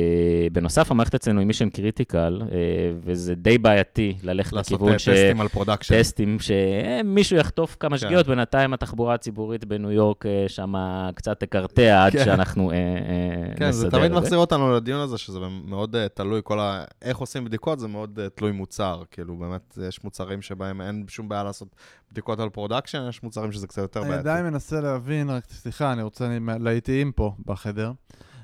בנוסף, המערכת אצלנו היא מישן קריטיקל, uh, וזה די בעייתי ללכת לכיוון ש... לעשות טסטים על פרודקשן. טסטים שמישהו יחטוף כמה שגיאות, בינתיים התחבורה הציבורית בניו יורק שם קצת תקרטע עד שאנחנו נסדר את זה. כן, זה תמיד מחזיר אותנו לדיון הזה, שזה מאוד תלוי, כל ה... איך עושים בדיקות זה מאוד תלוי מוצר, כאילו באמת יש מוצרים שבהם אין שום בעיה לעשות בדיקות על פרודקשן, יש מוצרים שזה קצת יותר בעייתי. אני עדיין מנסה להבין, רק סליחה, אני רוצה להיטיים פה בחדר.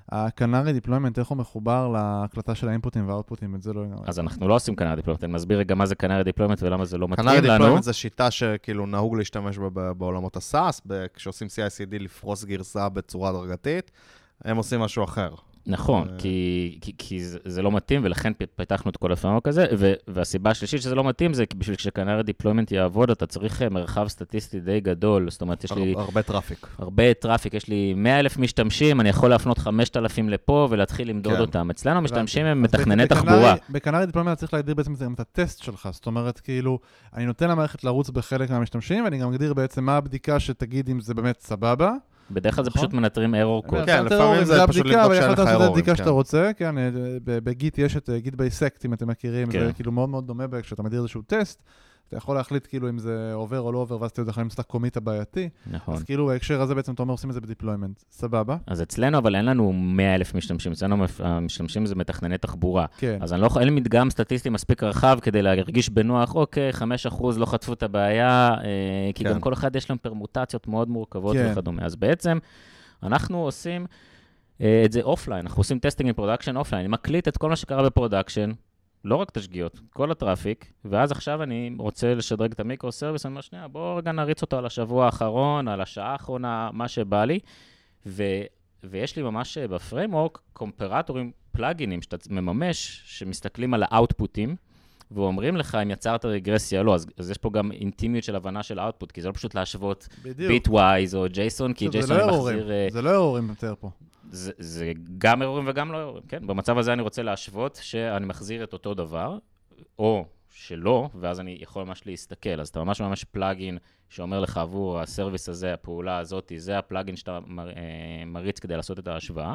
הקנרי דיפלוימנט, איך הוא מחובר להקלטה של האינפוטים והאוטפוטים, את זה לא... אז אנחנו לא עושים קנרי דיפלוימנט, אני מסביר רגע מה זה קנרי דיפלוימנט ולמה זה לא מתאים קנרי לנו. דיפלוימנט זה שיטה שכאילו נהוג להשתמש בה בעולמות ה-סאס, כשעושים סי איי סי די לפרוס גרסה בצורה דרגתית, הם עושים משהו אחר. נכון, כי, כי, כי זה, זה לא מתאים, ולכן פתחנו את כל הפרמוק הזה, ו, והסיבה השלישית שזה לא מתאים זה בשביל שכנראה דיפלוימנט יעבוד, אתה צריך מרחב סטטיסטי די גדול, זאת אומרת, יש לי... הרבה טראפיק. הרבה טראפיק, יש לי מאה אלף משתמשים, אני יכול להפנות חמשת אלפים לפה ולהתחיל למדוד כן. אותם. אצלנו משתמשים הם אז מתכנני בקנרי- תחבורה. בקנרי דיפלוימנט צריך להגדיר בעצם את הטסט שלך, זאת אומרת, כאילו, אני נותן למערכת לרוץ בחלק מהמשתמשים, ואני גם מגדיר בעצם מה הבדיקה שתגיד אם זה באמת סבבה. בדרך כלל זה נכון. פשוט מנטרים error code. כן, לפעמים זה פשוט לבדוק שאין לך error. error'ים, הבדיקה כן. שאתה רוצה, כן, בגיט יש את גיט בייסקט, אם אתם מכירים, כן. זה כאילו מאוד מאוד דומה, כשאתה מגדיר איזשהו טסט, אתה יכול להחליט כאילו אם זה עובר או לא עובר, ואז אתה יודע למצוא את הקומיט הבעייתי. נכון. אז כאילו בהקשר הזה בעצם אתה אומר עושים את זה בדיפלוימנט, סבבה? אז אצלנו, אבל אין לנו מאה אלף משתמשים, אצלנו המשתמשים זה מתכנני תחבורה. כן. אז אני לא יכול, אין לי מדגם סטטיסטי מספיק רחב כדי להרגיש בנוח, אוקיי, חמישה אחוז לא חטפו את הבעיה, אה, כי כן. גם כל אחד יש להם פרמוטציות מאוד מורכבות כן. וכדומה. אז בעצם אנחנו עושים אה, את זה אופליין, אנחנו עושים טסטינג בפרודקשן אופליין, אני מקליט את כל מה שקרה בפרודקשן, לא רק את השגיאות, כל הטראפיק, ואז עכשיו אני רוצה לשדרג את המיקרו-סרוויס, אני אומר, שנייה, בואו רגע נריץ אותו על השבוע האחרון, על השעה האחרונה, מה שבא לי, ויש לי ממש בפריימוורק קומפרטורים, פלאגינים שאתה מממש, שמסתכלים על האוטפוטים, ואומרים לך אם יצרת רגרסיה או לא, אז, אז יש פה גם אינטימיות של הבנה של האוטפוט, כי זה לא פשוט להשוות ביטווייז או ג'ייסון, כי ג'ייסון לא מחזיר... זה לא אירורים יותר פה. זה, זה גם אירורים וגם לא אירורים, כן? במצב הזה אני רוצה להשוות שאני מחזיר את אותו דבר, או שלא, ואז אני יכול ממש להסתכל. אז אתה ממש ממש פלאגין שאומר לך עבור הסרוויס הזה, הפעולה הזאת, זה הפלאגין שאתה מר, מריץ כדי לעשות את ההשוואה.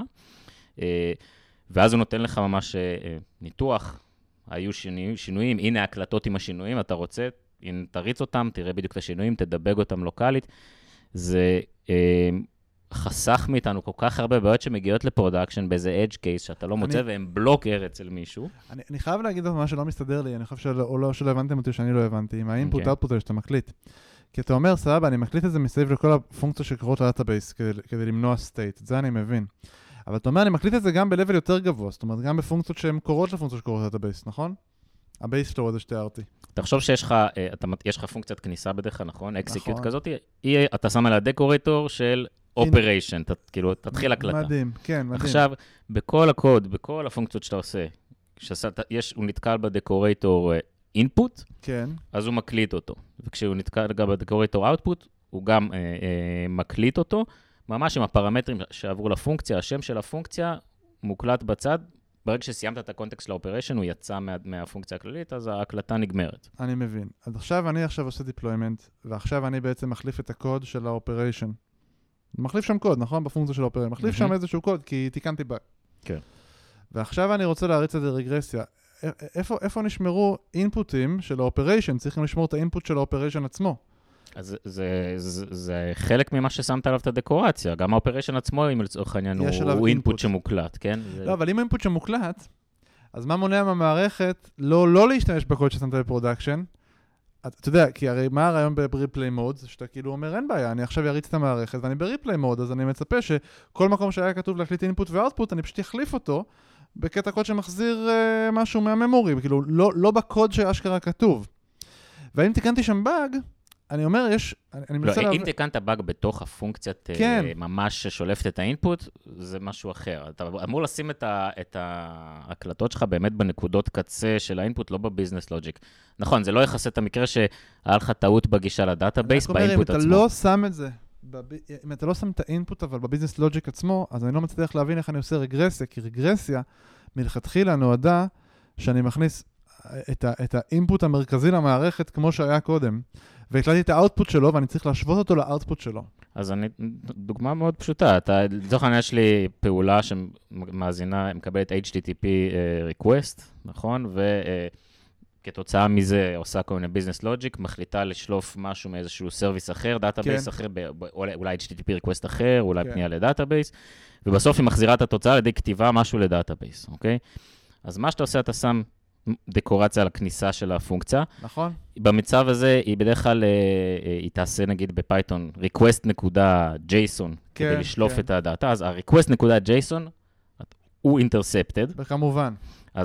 ואז הוא נותן לך ממש ניתוח, היו שינויים, שינויים, הנה הקלטות עם השינויים, אתה רוצה, אם תריץ אותם, תראה בדיוק את השינויים, תדבג אותם לוקלית. זה אה, חסך מאיתנו כל כך הרבה בעיות שמגיעות לפרודקשן באיזה edge case שאתה לא מוצא, אני... והם בלוקר אצל מישהו. אני, אני חייב להגיד מה שלא מסתדר לי, אני חושב שלא, או לא, שלא הבנתם אותי שאני לא הבנתי, עם האינפוט, האוטפוט הזה שאתה מקליט. כי אתה אומר, סבבה, אני מקליט את זה מסביב לכל הפונקציות שקורות לדאטאבייס, כדי, כדי למנוע state, את זה אני מבין. אבל אתה אומר, אני מקליט את זה גם ב-level יותר גבוה, זאת אומרת, גם בפונקציות שהן קורות לפונקציות שקורות לדאטאבייס, נכון? הבייס פלואו הזה שתיארתי. תחשוב שיש לך, אתה, יש לך פונקציית כניסה בדרך כלל, נכון? אקסקיוט כזאת, היא, אתה שם עליה דקורטור של אופריישן, כאילו, תתחיל הקלטה. מדהים, כן, מדהים. עכשיו, בכל הקוד, בכל הפונקציות שאתה עושה, הוא נתקל בדקורטור אינפוט, כן. אז הוא מקליט אותו. וכשהוא נתקל גם בדקורטור אאוטפוט, הוא גם אה, אה, מקליט אותו, ממש עם הפרמטרים שעברו לפונקציה, השם של הפונקציה מוקלט בצד, ברגע שסיימת את הקונטקסט לאופריישן, הוא יצא מה, מהפונקציה הכללית, אז ההקלטה נגמרת. אני מבין. אז עכשיו אני עכשיו עושה deployment, ועכשיו אני בעצם מחליף את הקוד של האופריישן. מחליף שם קוד, נכון? בפונקציה של האופריישן. מחליף mm-hmm. שם איזשהו קוד, כי תיקנתי באג. כן. ועכשיו אני רוצה להריץ את זה רגרסיה. איפה, איפה נשמרו אינפוטים של האופריישן? צריכים לשמור את האינפוט של האופריישן עצמו. אז זה, זה, זה חלק ממה ששמת עליו את הדקורציה. גם האופריישן עצמו, אם לצורך העניין, הוא אינפוט שמוקלט, כן? לא, זה... אבל אם האינפוט שמוקלט, אז מה מונע מהמערכת לא, לא להשתמש בקוד ששמת בפרודקשן? אתה יודע, כי הרי מה הרעיון בריפליי מוד? זה שאתה כאילו אומר, אין בעיה, אני עכשיו אריץ את המערכת, ואני בריפליי מוד, אז אני מצפה שכל מקום שהיה כתוב להקליט אינפוט ואוטפוט, אני פשוט אחליף אותו בקטע קוד שמחזיר uh, משהו מהממורי, כאילו, לא, לא בקוד שאשכרה כתוב. ואם תיקנתי שם באג, אני אומר, יש... אני לא, אם לה... תיקנת באג בתוך הפונקציית כן. uh, ממש ששולפת את האינפוט, זה משהו אחר. אתה אמור לשים את, ה, את ההקלטות שלך באמת בנקודות קצה של האינפוט, לא בביזנס לוג'יק. נכון, זה לא יחסה את המקרה שהיה לך טעות בגישה לדאטאבייס באינפוט עצמו. אם אתה לא שם את זה, בב... אם אתה לא שם את האינפוט, אבל בביזנס לוג'יק עצמו, אז אני לא מצליח להבין איך אני עושה רגרסיה, כי רגרסיה מלכתחילה נועדה שאני מכניס את, ה... את האינפוט המרכזי למערכת כמו שהיה קודם. והקלטתי את האוטפוט שלו, ואני צריך להשוות אותו לאוטפוט שלו. אז אני, דוגמה מאוד פשוטה, אתה, לצורך העניין יש לי פעולה שמאזינה, מקבלת אייץ' טי טי פי uh, request, נכון? וכתוצאה uh, מזה עושה כל מיני ביזנס לוג'יק, מחליטה לשלוף משהו מאיזשהו סרוויס אחר, דאטאבייס כן. אחר, ב, ב, אולי אייץ' טי טי פי request אחר, אולי כן. פנייה לדאטאבייס, ובסוף היא מחזירה את התוצאה לידי כתיבה משהו לדאטאבייס, אוקיי? אז מה שאתה עושה, אתה שם דקורציה על הכניסה של הפונקציה. נכון. במצב הזה, היא בדרך כלל, היא תעשה נגיד בפייתון, request.json, כדי לשלוף את הדאטה, אז ה-request.json הוא intercepted. וכמובן.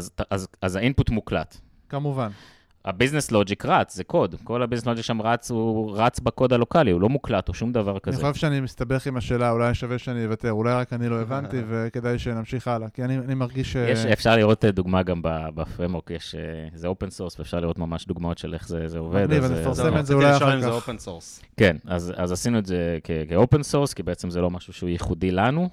אז האינפוט מוקלט. כמובן. הביזנס לוג'יק רץ, זה קוד. כל הביזנס לוג'יק שם רץ, הוא רץ בקוד הלוקלי, הוא לא מוקלט או שום דבר כזה. אני חושב שאני מסתבך עם השאלה, אולי שווה שאני אוותר, אולי רק אני לא הבנתי, וכדאי שנמשיך הלאה, כי אני, אני מרגיש ש... יש, אפשר לראות דוגמה גם בפרמורק, יש, זה אופן סורס, ואפשר לראות ממש דוגמאות של איך זה, זה עובד. מגניב, אז נפרסם את זה אולי אחר כך. אופן סורס. כן, אז, אז עשינו את זה כאופן סורס, כי בעצם זה לא משהו שהוא ייחודי לנו,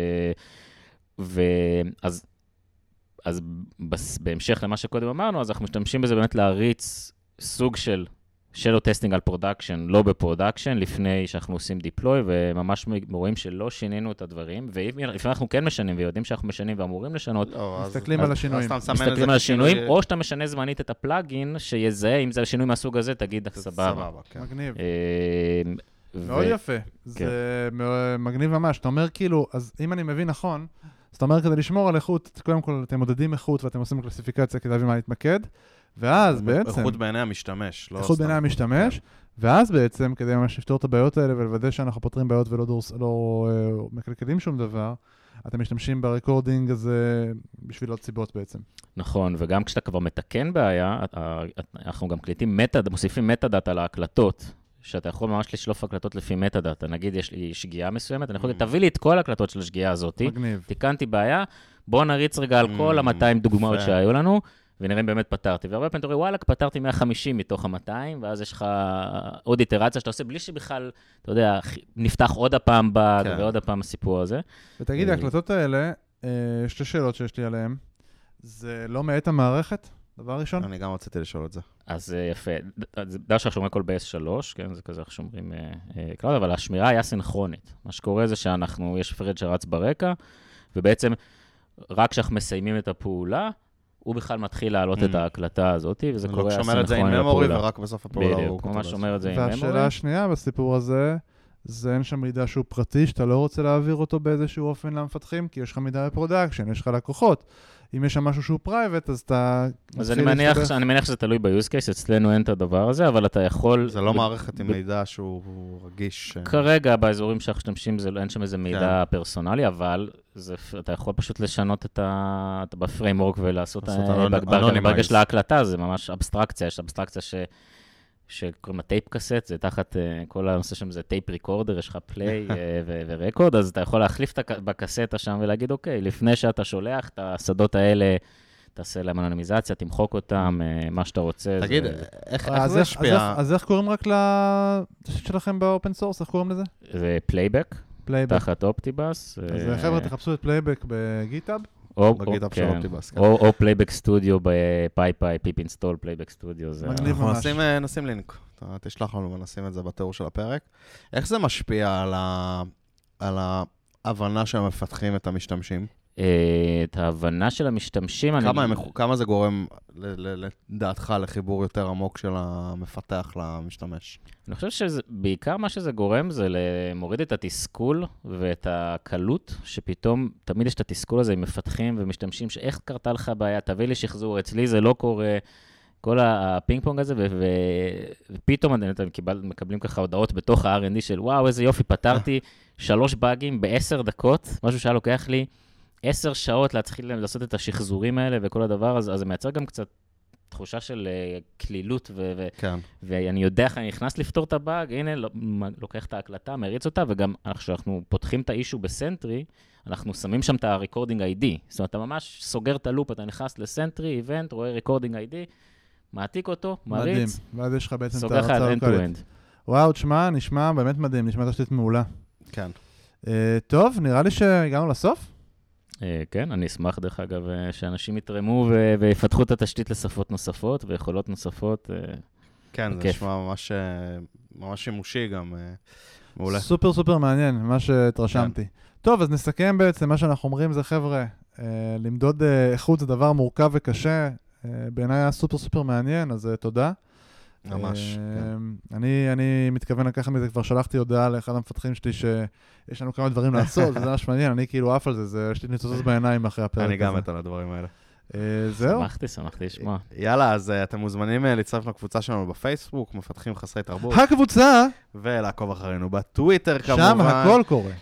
ואז... אז בהמשך למה שקודם אמרנו, אז אנחנו משתמשים בזה באמת להריץ סוג של שלו טסטינג על פרודקשן, לא בפרודקשן, לפני שאנחנו עושים דיפלוי, וממש רואים שלא שינינו את הדברים, ולפעמים אנחנו כן משנים, ויודעים שאנחנו משנים ואמורים לשנות. מסתכלים על השינויים. מסתכלים על השינויים, או שאתה משנה זמנית את הפלאגין, שיזהה, אם זה השינוי מהסוג הזה, תגיד, סבבה. מגניב. מאוד יפה. זה מגניב ממש. אתה אומר כאילו, אז אם אני מבין נכון, זאת אומרת, כדי לשמור על איכות, קודם כל אתם מודדים איכות ואתם עושים קלסיפיקציה כדי להבין מה להתמקד, ואז בעצם... איכות בעיני המשתמש, לא... איכות בעיני המשתמש, ואז בעצם, כדי ממש לפתור את הבעיות האלה ולוודא שאנחנו פותרים בעיות ולא דורס, לא מקלקלים שום דבר, אתם משתמשים ברקורדינג הזה בשביל עוד סיבות בעצם. נכון, וגם כשאתה כבר מתקן בעיה, אנחנו גם קליטים מטה, מוסיפים מטה דאטה להקלטות, שאתה יכול ממש לשלוף הקלטות לפי מטה דאטה. נגיד, יש לי שגיאה מסוימת, אני יכול להגיד, תביא לי את כל הקלטות של השגיאה הזאת. מגניב. תיקנתי בעיה, בוא נריץ רגע על כל ה-מאתיים דוגמאות שהיו לנו, ונראה אם באמת פתרתי. והרבה פעמים אתה רואה, וואלה, פתרתי מאה וחמישים מתוך ה-מאתיים, ואז יש לך עוד איטרציה שאתה עושה, בלי שבכלל, אתה יודע, נפתח עוד הפעם באג, ועוד הפעם הסיפור הזה. ותגיד, ההקלטות האלה, שתי שאלות שיש לי עליהן, זה לא מעט המערכת? דבר ראשון? אני גם רציתי לשאול את זה. אז יפה. דע שאנחנו שומרים הכל ב-אס שלוש, כן? זה כזה אנחנו שומרים קלאוד, אבל השמירה היה סינכרונית. מה שקורה זה שאנחנו, יש פרד שרץ ברקע, ובעצם רק כשאנחנו מסיימים את הפעולה, הוא בכלל מתחיל להעלות את ההקלטה הזאת, וזה קורה הסינכרוני לפעולה. שומר את זה עם ממורי, ורק בסוף הפעולה הוא בדיוק, ממש שומר את זה עם ממורי. והשאלה השנייה בסיפור הזה, זה אין שם מידע שהוא פרטי, שאתה לא רוצה להעביר אותו באיזשהו אופן למפתחים, כי יש לך מידע בפרודקשן, יש לך לקוחות. אם יש שם משהו שהוא פרייבט, אז אתה... אז אני מניח, אני מניח שזה תלוי ב-use case, אצלנו אין את הדבר הזה, אבל אתה יכול... זה לא מערכת עם מידע שהוא רגיש. כרגע, באזורים שאנחנו משתמשים, אין שם איזה מידע פרסונלי, אבל אתה יכול פשוט לשנות את ה... בפריימורק ולעשות... ברגע של ההקלטה, זה ממש אבסטרקציה, יש אבסטרקציה ש... שקוראים לה טייפ קסט, זה תחת כל הנושא שם, זה טייפ ריקורדר, יש לך פליי ורקורד, אז אתה יכול להחליף בקסטה שם ולהגיד, אוקיי, לפני שאתה שולח את השדות האלה, תעשה להם אנונימיזציה, תמחוק אותם, מה שאתה רוצה. תגיד, איך זה השפיע? אז איך קוראים רק לתשתית שלכם באופן סורס, איך קוראים לזה? זה פלייבק, תחת אופטיבאס. אז חבר'ה, תחפשו את פלייבק בגיטאב. או פלייבק סטודיו בפייפאי, פיפ אינסטול, פלייבק סטודיו. מגניב ממש. נשים לינק, תשלח לנו ונשים את זה בתיאור של הפרק. איך זה משפיע על ההבנה שהמפתחים את המשתמשים? את ההבנה של המשתמשים... כמה זה גורם לדעתך לחיבור יותר עמוק של המפתח למשתמש? אני חושב שבעיקר מה שזה גורם זה למוריד את התסכול ואת הקלות, שפתאום תמיד יש את התסכול הזה עם מפתחים ומשתמשים, שאיך קרתה לך בעיה, תביא לי שחזור, אצלי זה לא קורה, כל הפינג פונג הזה, ופתאום אתם מקבלים ככה הודעות בתוך ה-אר אנד די של וואו, איזה יופי, פתרתי שלוש באגים בעשר דקות, משהו שהיה לוקח לי עשר שעות להתחיל לעשות את השחזורים האלה וכל הדבר הזה, אז זה מייצר גם קצת תחושה של כלילות, ואני יודע איך אני נכנס לפתור את הבאג, הנה, לוקח את ההקלטה, מריץ אותה, וגם כשאנחנו פותחים את האישו בסנטרי, אנחנו שמים שם את ה-recording איי די, זאת אומרת, אתה ממש סוגר את הלופ, אתה נכנס לסנטרי, איבנט, רואה recording איי די, מעתיק אותו, מריץ, ואז יש לך בעצם סוגר לך את end-to-end. וואו, תשמע, נשמע באמת מדהים, נשמע תשתית מעולה. כן. טוב, נראה לי שהגענו לסוף. כן, אני אשמח דרך אגב שאנשים יתרמו ויפתחו את התשתית לשפות נוספות ויכולות נוספות. כן, זה נשמע ממש שימושי גם, מעולה. סופר סופר מעניין, מה שהתרשמתי. טוב, אז נסכם בעצם, מה שאנחנו אומרים זה חבר'ה, למדוד איכות זה דבר מורכב וקשה, בעיניי היה סופר סופר מעניין, אז תודה. ממש. אני, אני מתכוון לקחת מזה, כבר שלחתי הודעה לאחד המפתחים שלי שיש לנו כמה דברים לעשות, וזה ממש מעניין, אני כאילו עף על זה, זה יש לי ניצוצות בעיניים אחרי הפרק הזה. אני גם מת על הדברים האלה. זהו. שמחתי, שמחתי לשמוע. יאללה, אז אתם מוזמנים להצטרף לקבוצה שלנו בפייסבוק, מפתחים חסרי תרבות. הקבוצה! ולעקוב אחרינו בטוויטר כמובן. שם הכל קורה.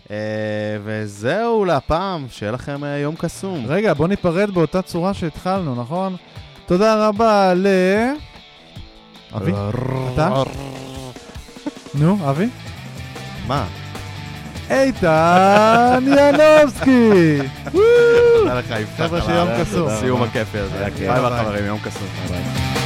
וזהו להפעם, שיהיה לכם יום קסום. רגע, בוא ניפרד באותה צורה שהתחלנו, נכון? תודה רבה ל... אבי? אתה? נו, אבי? מה? איתן ינובסקי! תודה לך, יפתח. חבר'ה שיום קסום. סיום הכיפי הזה. ביי ביי חברים, יום קסום.